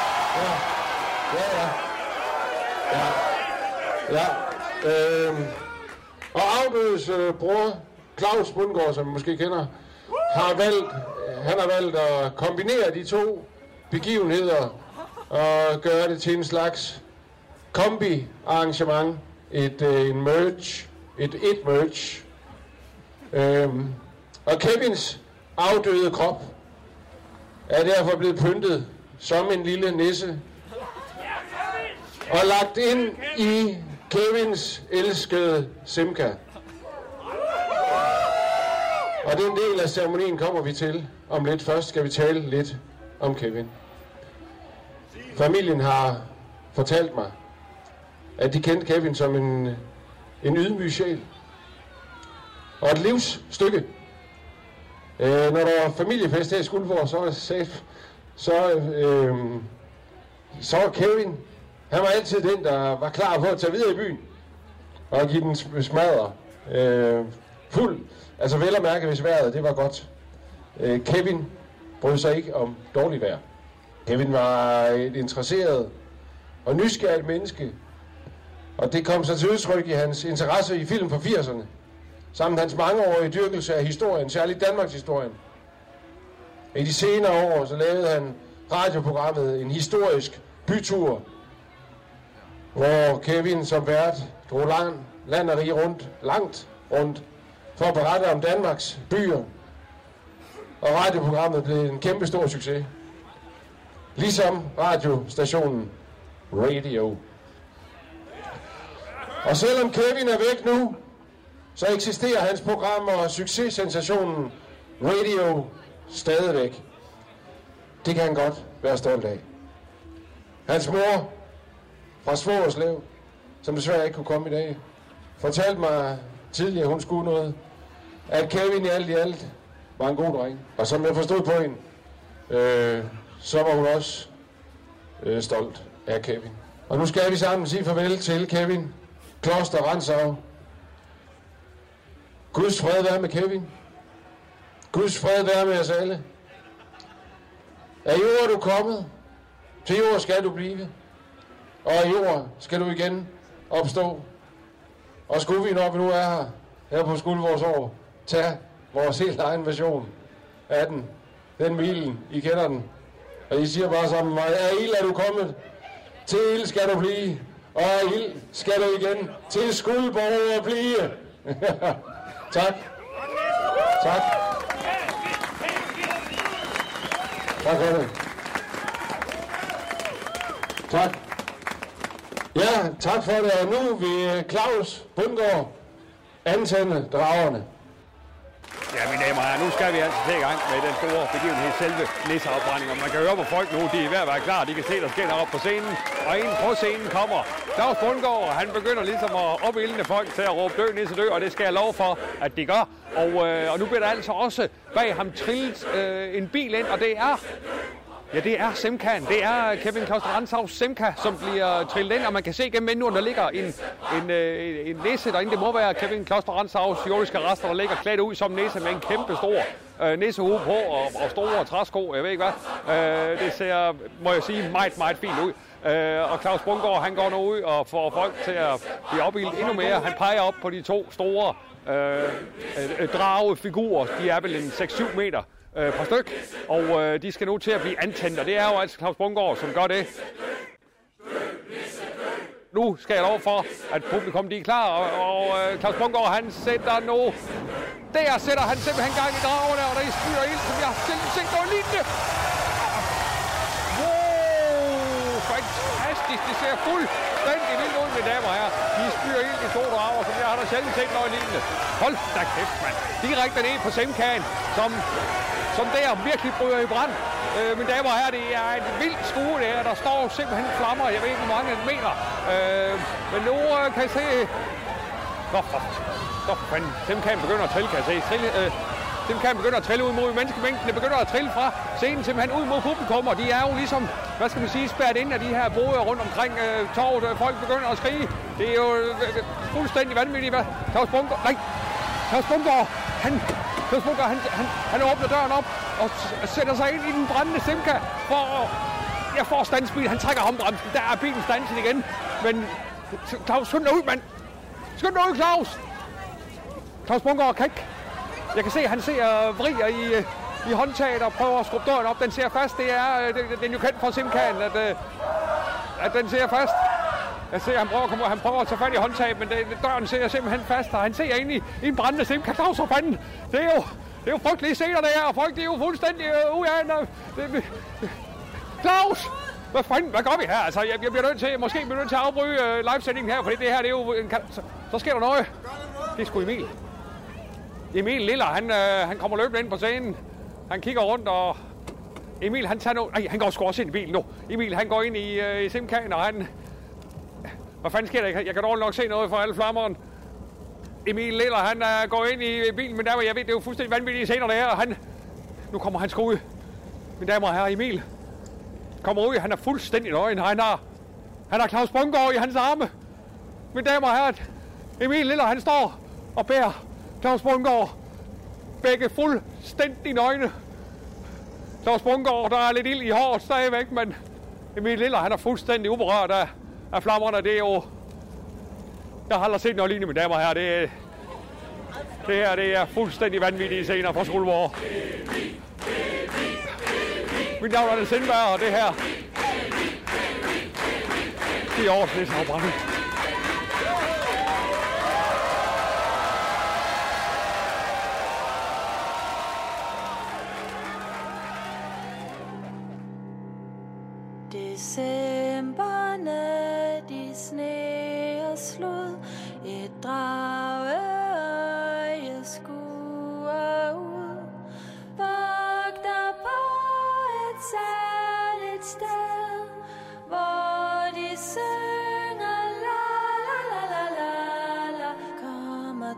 Og afdødes bror Claus Bungård, som I måske kender, har valgt at kombinere de to begivenheder og gøre det til en slags kombi-arrangement, et merge. Og Kevins afdøde krop er derfor blevet pyntet som en lille nisse og lagt ind i Kevins elskede Simca. Og den del af ceremonien kommer vi til om lidt. Først skal vi tale lidt om Kevin. Familien har fortalt mig, at de kendte Kevin som en ydmyg sjæl og et livsstykke. Når der var familiefest her i Skuldborg, så var Kevin, han var altid den, der var klar på at tage videre i byen og give den smadre fuld. Altså vel at mærke, hvis vejret det var godt. Kevin brød sig ikke om dårligt vejr. Kevin var et interesseret og nysgerrigt menneske, og det kom så til udtryk i hans interesse i film fra 80'erne, samt hans mangeårige dyrkelse af historien, særligt Danmarks historien. I de senere år så lavede han radioprogrammet En Historisk Bytur, hvor Kevin som vært drog land og rige langt rundt, for at berette om Danmarks byer, og radioprogrammet blev en kæmpe stor succes. Ligesom radiostationen Radio. Og selvom Kevin er væk nu, så eksisterer hans program og successensationen Radio stadigvæk. Det kan han godt være stolt af. Hans mor fra Svogerslev, som desværre ikke kunne komme i dag, fortalte mig tidligere, hun skulle noget, at Kevin i alt var en god dreng. Og som jeg forstod på hende, så var hun også stolt af Kevin. Og nu skal vi sammen sige farvel til Kevin Kloster Rantzau. Guds fred være med Kevin. Guds fred være med os alle. Af jord er du kommet, til jord skal du blive, og af jord skal du igen opstå. Og skulle vi, når vi nu er her på Skuldborgsår, tage vores helt egen version af den milen, I kender den. Og I siger bare sammen med mig, af ild er du kommet, til ild skal du blive, og af ild skal du igen, til Skuldborg at blive. Tak. Tak. Tak for det. Tak. Ja, tak for det. Og nu vil Claus Bundgaard antænde dragerne. Ja, mine damer og herrer, nu skal vi altså til i gang med den store begivenhed, selve nisseafbrændingen. Man kan høre på folk nu, de er ved at være klar. De kan se, der sker op på scenen. Og ind på scenen kommer Claus Bundgaard, og han begynder ligesom at opildne folk til at råbe dø, nisse dø, og det skal jeg love for, at de gør. Og nu bliver der altså også bag ham trillet en bil ind, og det er... Ja, det er Simcaen. Det er Kevin Kloster Rantzaus Simca, som bliver trillet ind, og man kan se gennem vinduerne, der ligger en nisse derinde. Det må være Kevin Kloster Rantzaus jordiske rester, der ligger klædt ud som nisse med en kæmpe stor nissehue på og store træsko. Jeg ved ikke hvad. Det ser, må jeg sige, meget, meget fint ud. Og Claus Bundgaard, han går nu ud og får folk til at blive opildet endnu mere. Han peger op på de to store dragefigurer. De er vel en 6-7 meter per styk, og de skal nu til at blive antændt, og det er jo altså Claus Bundgaard, som gør det. Nu skal jeg lov for, at publikum de er klar, og Claus Bundgaard, han sætter nu... Der sætter han simpelthen gang i dragerne, og der spyrer ild, som jeg har set noget lignende. Wow, fantastisk, det ser fuldstændig vildt ud, mine damer og herrer. De spyrer ild, de to drager, som jeg har da sjældent set noget lignende. Hold da kæft, mand. Direkte ned på Simcaen, som der virkelig bryder i brand. Mine damer og herrer, det er et vildt skue der. Der står simpelthen flammer, jeg ved ikke hvor mange meter. Men nu kan I se... Nå for fanden, Simcaen begynder at trille, kan jeg se. Simcaen begynder at trille ud mod menneskemængden. Det begynder at trille fra scenen simpelthen ud mod publikum, og de er jo ligesom, hvad skal man sige, spærret ind af de her boder rundt omkring torvet. Folk begynder at skrige. Det er jo fuldstændig vanvittigt, hvad? Claus Bundgaard, han åbner døren op og sætter sig ind i den brændende Simca for at standsbil. Han trækker håndbremsen. Der er bilen standset igen. Men Claus, skynd dig ud, mand. Skynd dig ud, Claus. Claus Bundgaard kan ikke. Jeg kan se, at han ser vrier i håndtaget og prøver at skrubbe døren op. Den ser fast. Det er jo kendt fra Simcaen, at den ser fast. Jeg ser, han prøver at tage fat i håndtaget, men døren ser simpelthen fast, og han ser ind i en brændende Simca. Claus, for fanden! Det er jo frygtelige scener, det her, og folk, det er jo fuldstændig uanede. Claus! Hvad fanden? Hvad gør vi her? Altså, jeg bliver nødt til, at afbryde livesendingen her, fordi det her, det er jo... Så sker der noget. Det er sgu Emil. Emil Liller, han kommer løbende ind på scenen. Han kigger rundt, og... Emil, han tager noget... han går sgu også ind i bilen nu. Emil, han går ind i Simcaen, og han... Hvad fanden sker der? Jeg kan dårligt nok se noget for alle flammeren. Emil Liller, han går ind i bilen, men jeg ved, det er jo fuldstændig vanvittige scener, det her. Nu kommer han sgu ud. Mine damer og herrer, Emil kommer ud. Han er fuldstændig nøgen. Han har Claus Bundgaard i hans arme. Mine damer og herrer, Emil Liller, han står og bærer Claus Bundgaard. Begge fuldstændig nøgne. Claus Bundgaard, der er lidt ild i håret stadigvæk, men Emil Liller, han er fuldstændig uberørt af flammerne. Det er jo... Jeg har aldrig set noget lignende, mine damer og herrer. Det her, det er fuldstændig vanvittige scener fra Skuldborg. Mit navn er Allan Sindberg, og det her... Det er årets nisseafbrænding. Decembernat i sne og slud, et drageøje skuer ud. Vogt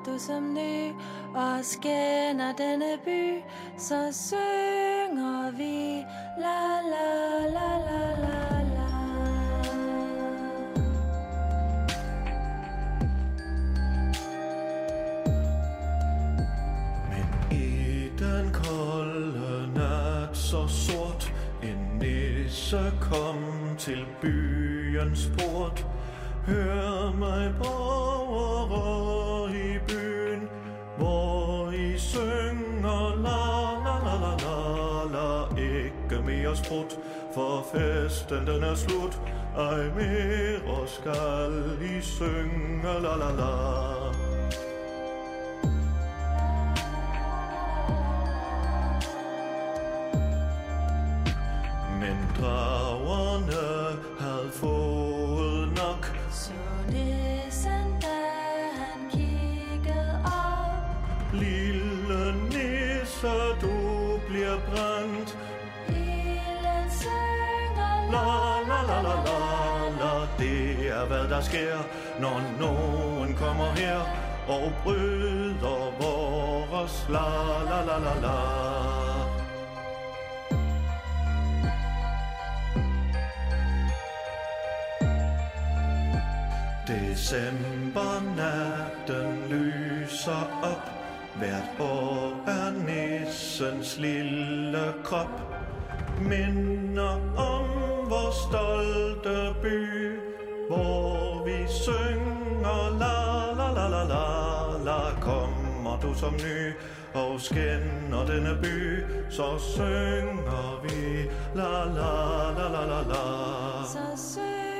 du som ny og skænder denne by, så synger vi la la la la la la. Men i den kolde nat så sort, en nisse kom til byens port. Hør mig, borgere i byen, hvor I synger la la la la la la. Ikke mere sprut, for festen den er slut. Ej mere skal I synge la la la. Men dragerne havde fået nok. Så nissen, da han kiggede op. Lille nisse, du bliver brændt. Ilden synger la la la la la la. Det er hvad der sker, når nogen kommer her og bryder vores la la la la la. Decembernatten lyser op. Hvert år er nissens lille krop. Minder om vores stolte by, hvor vi synger la la la la la la. Kommer du som ny og skænder denne by, så synger vi la la la la la la. Så synger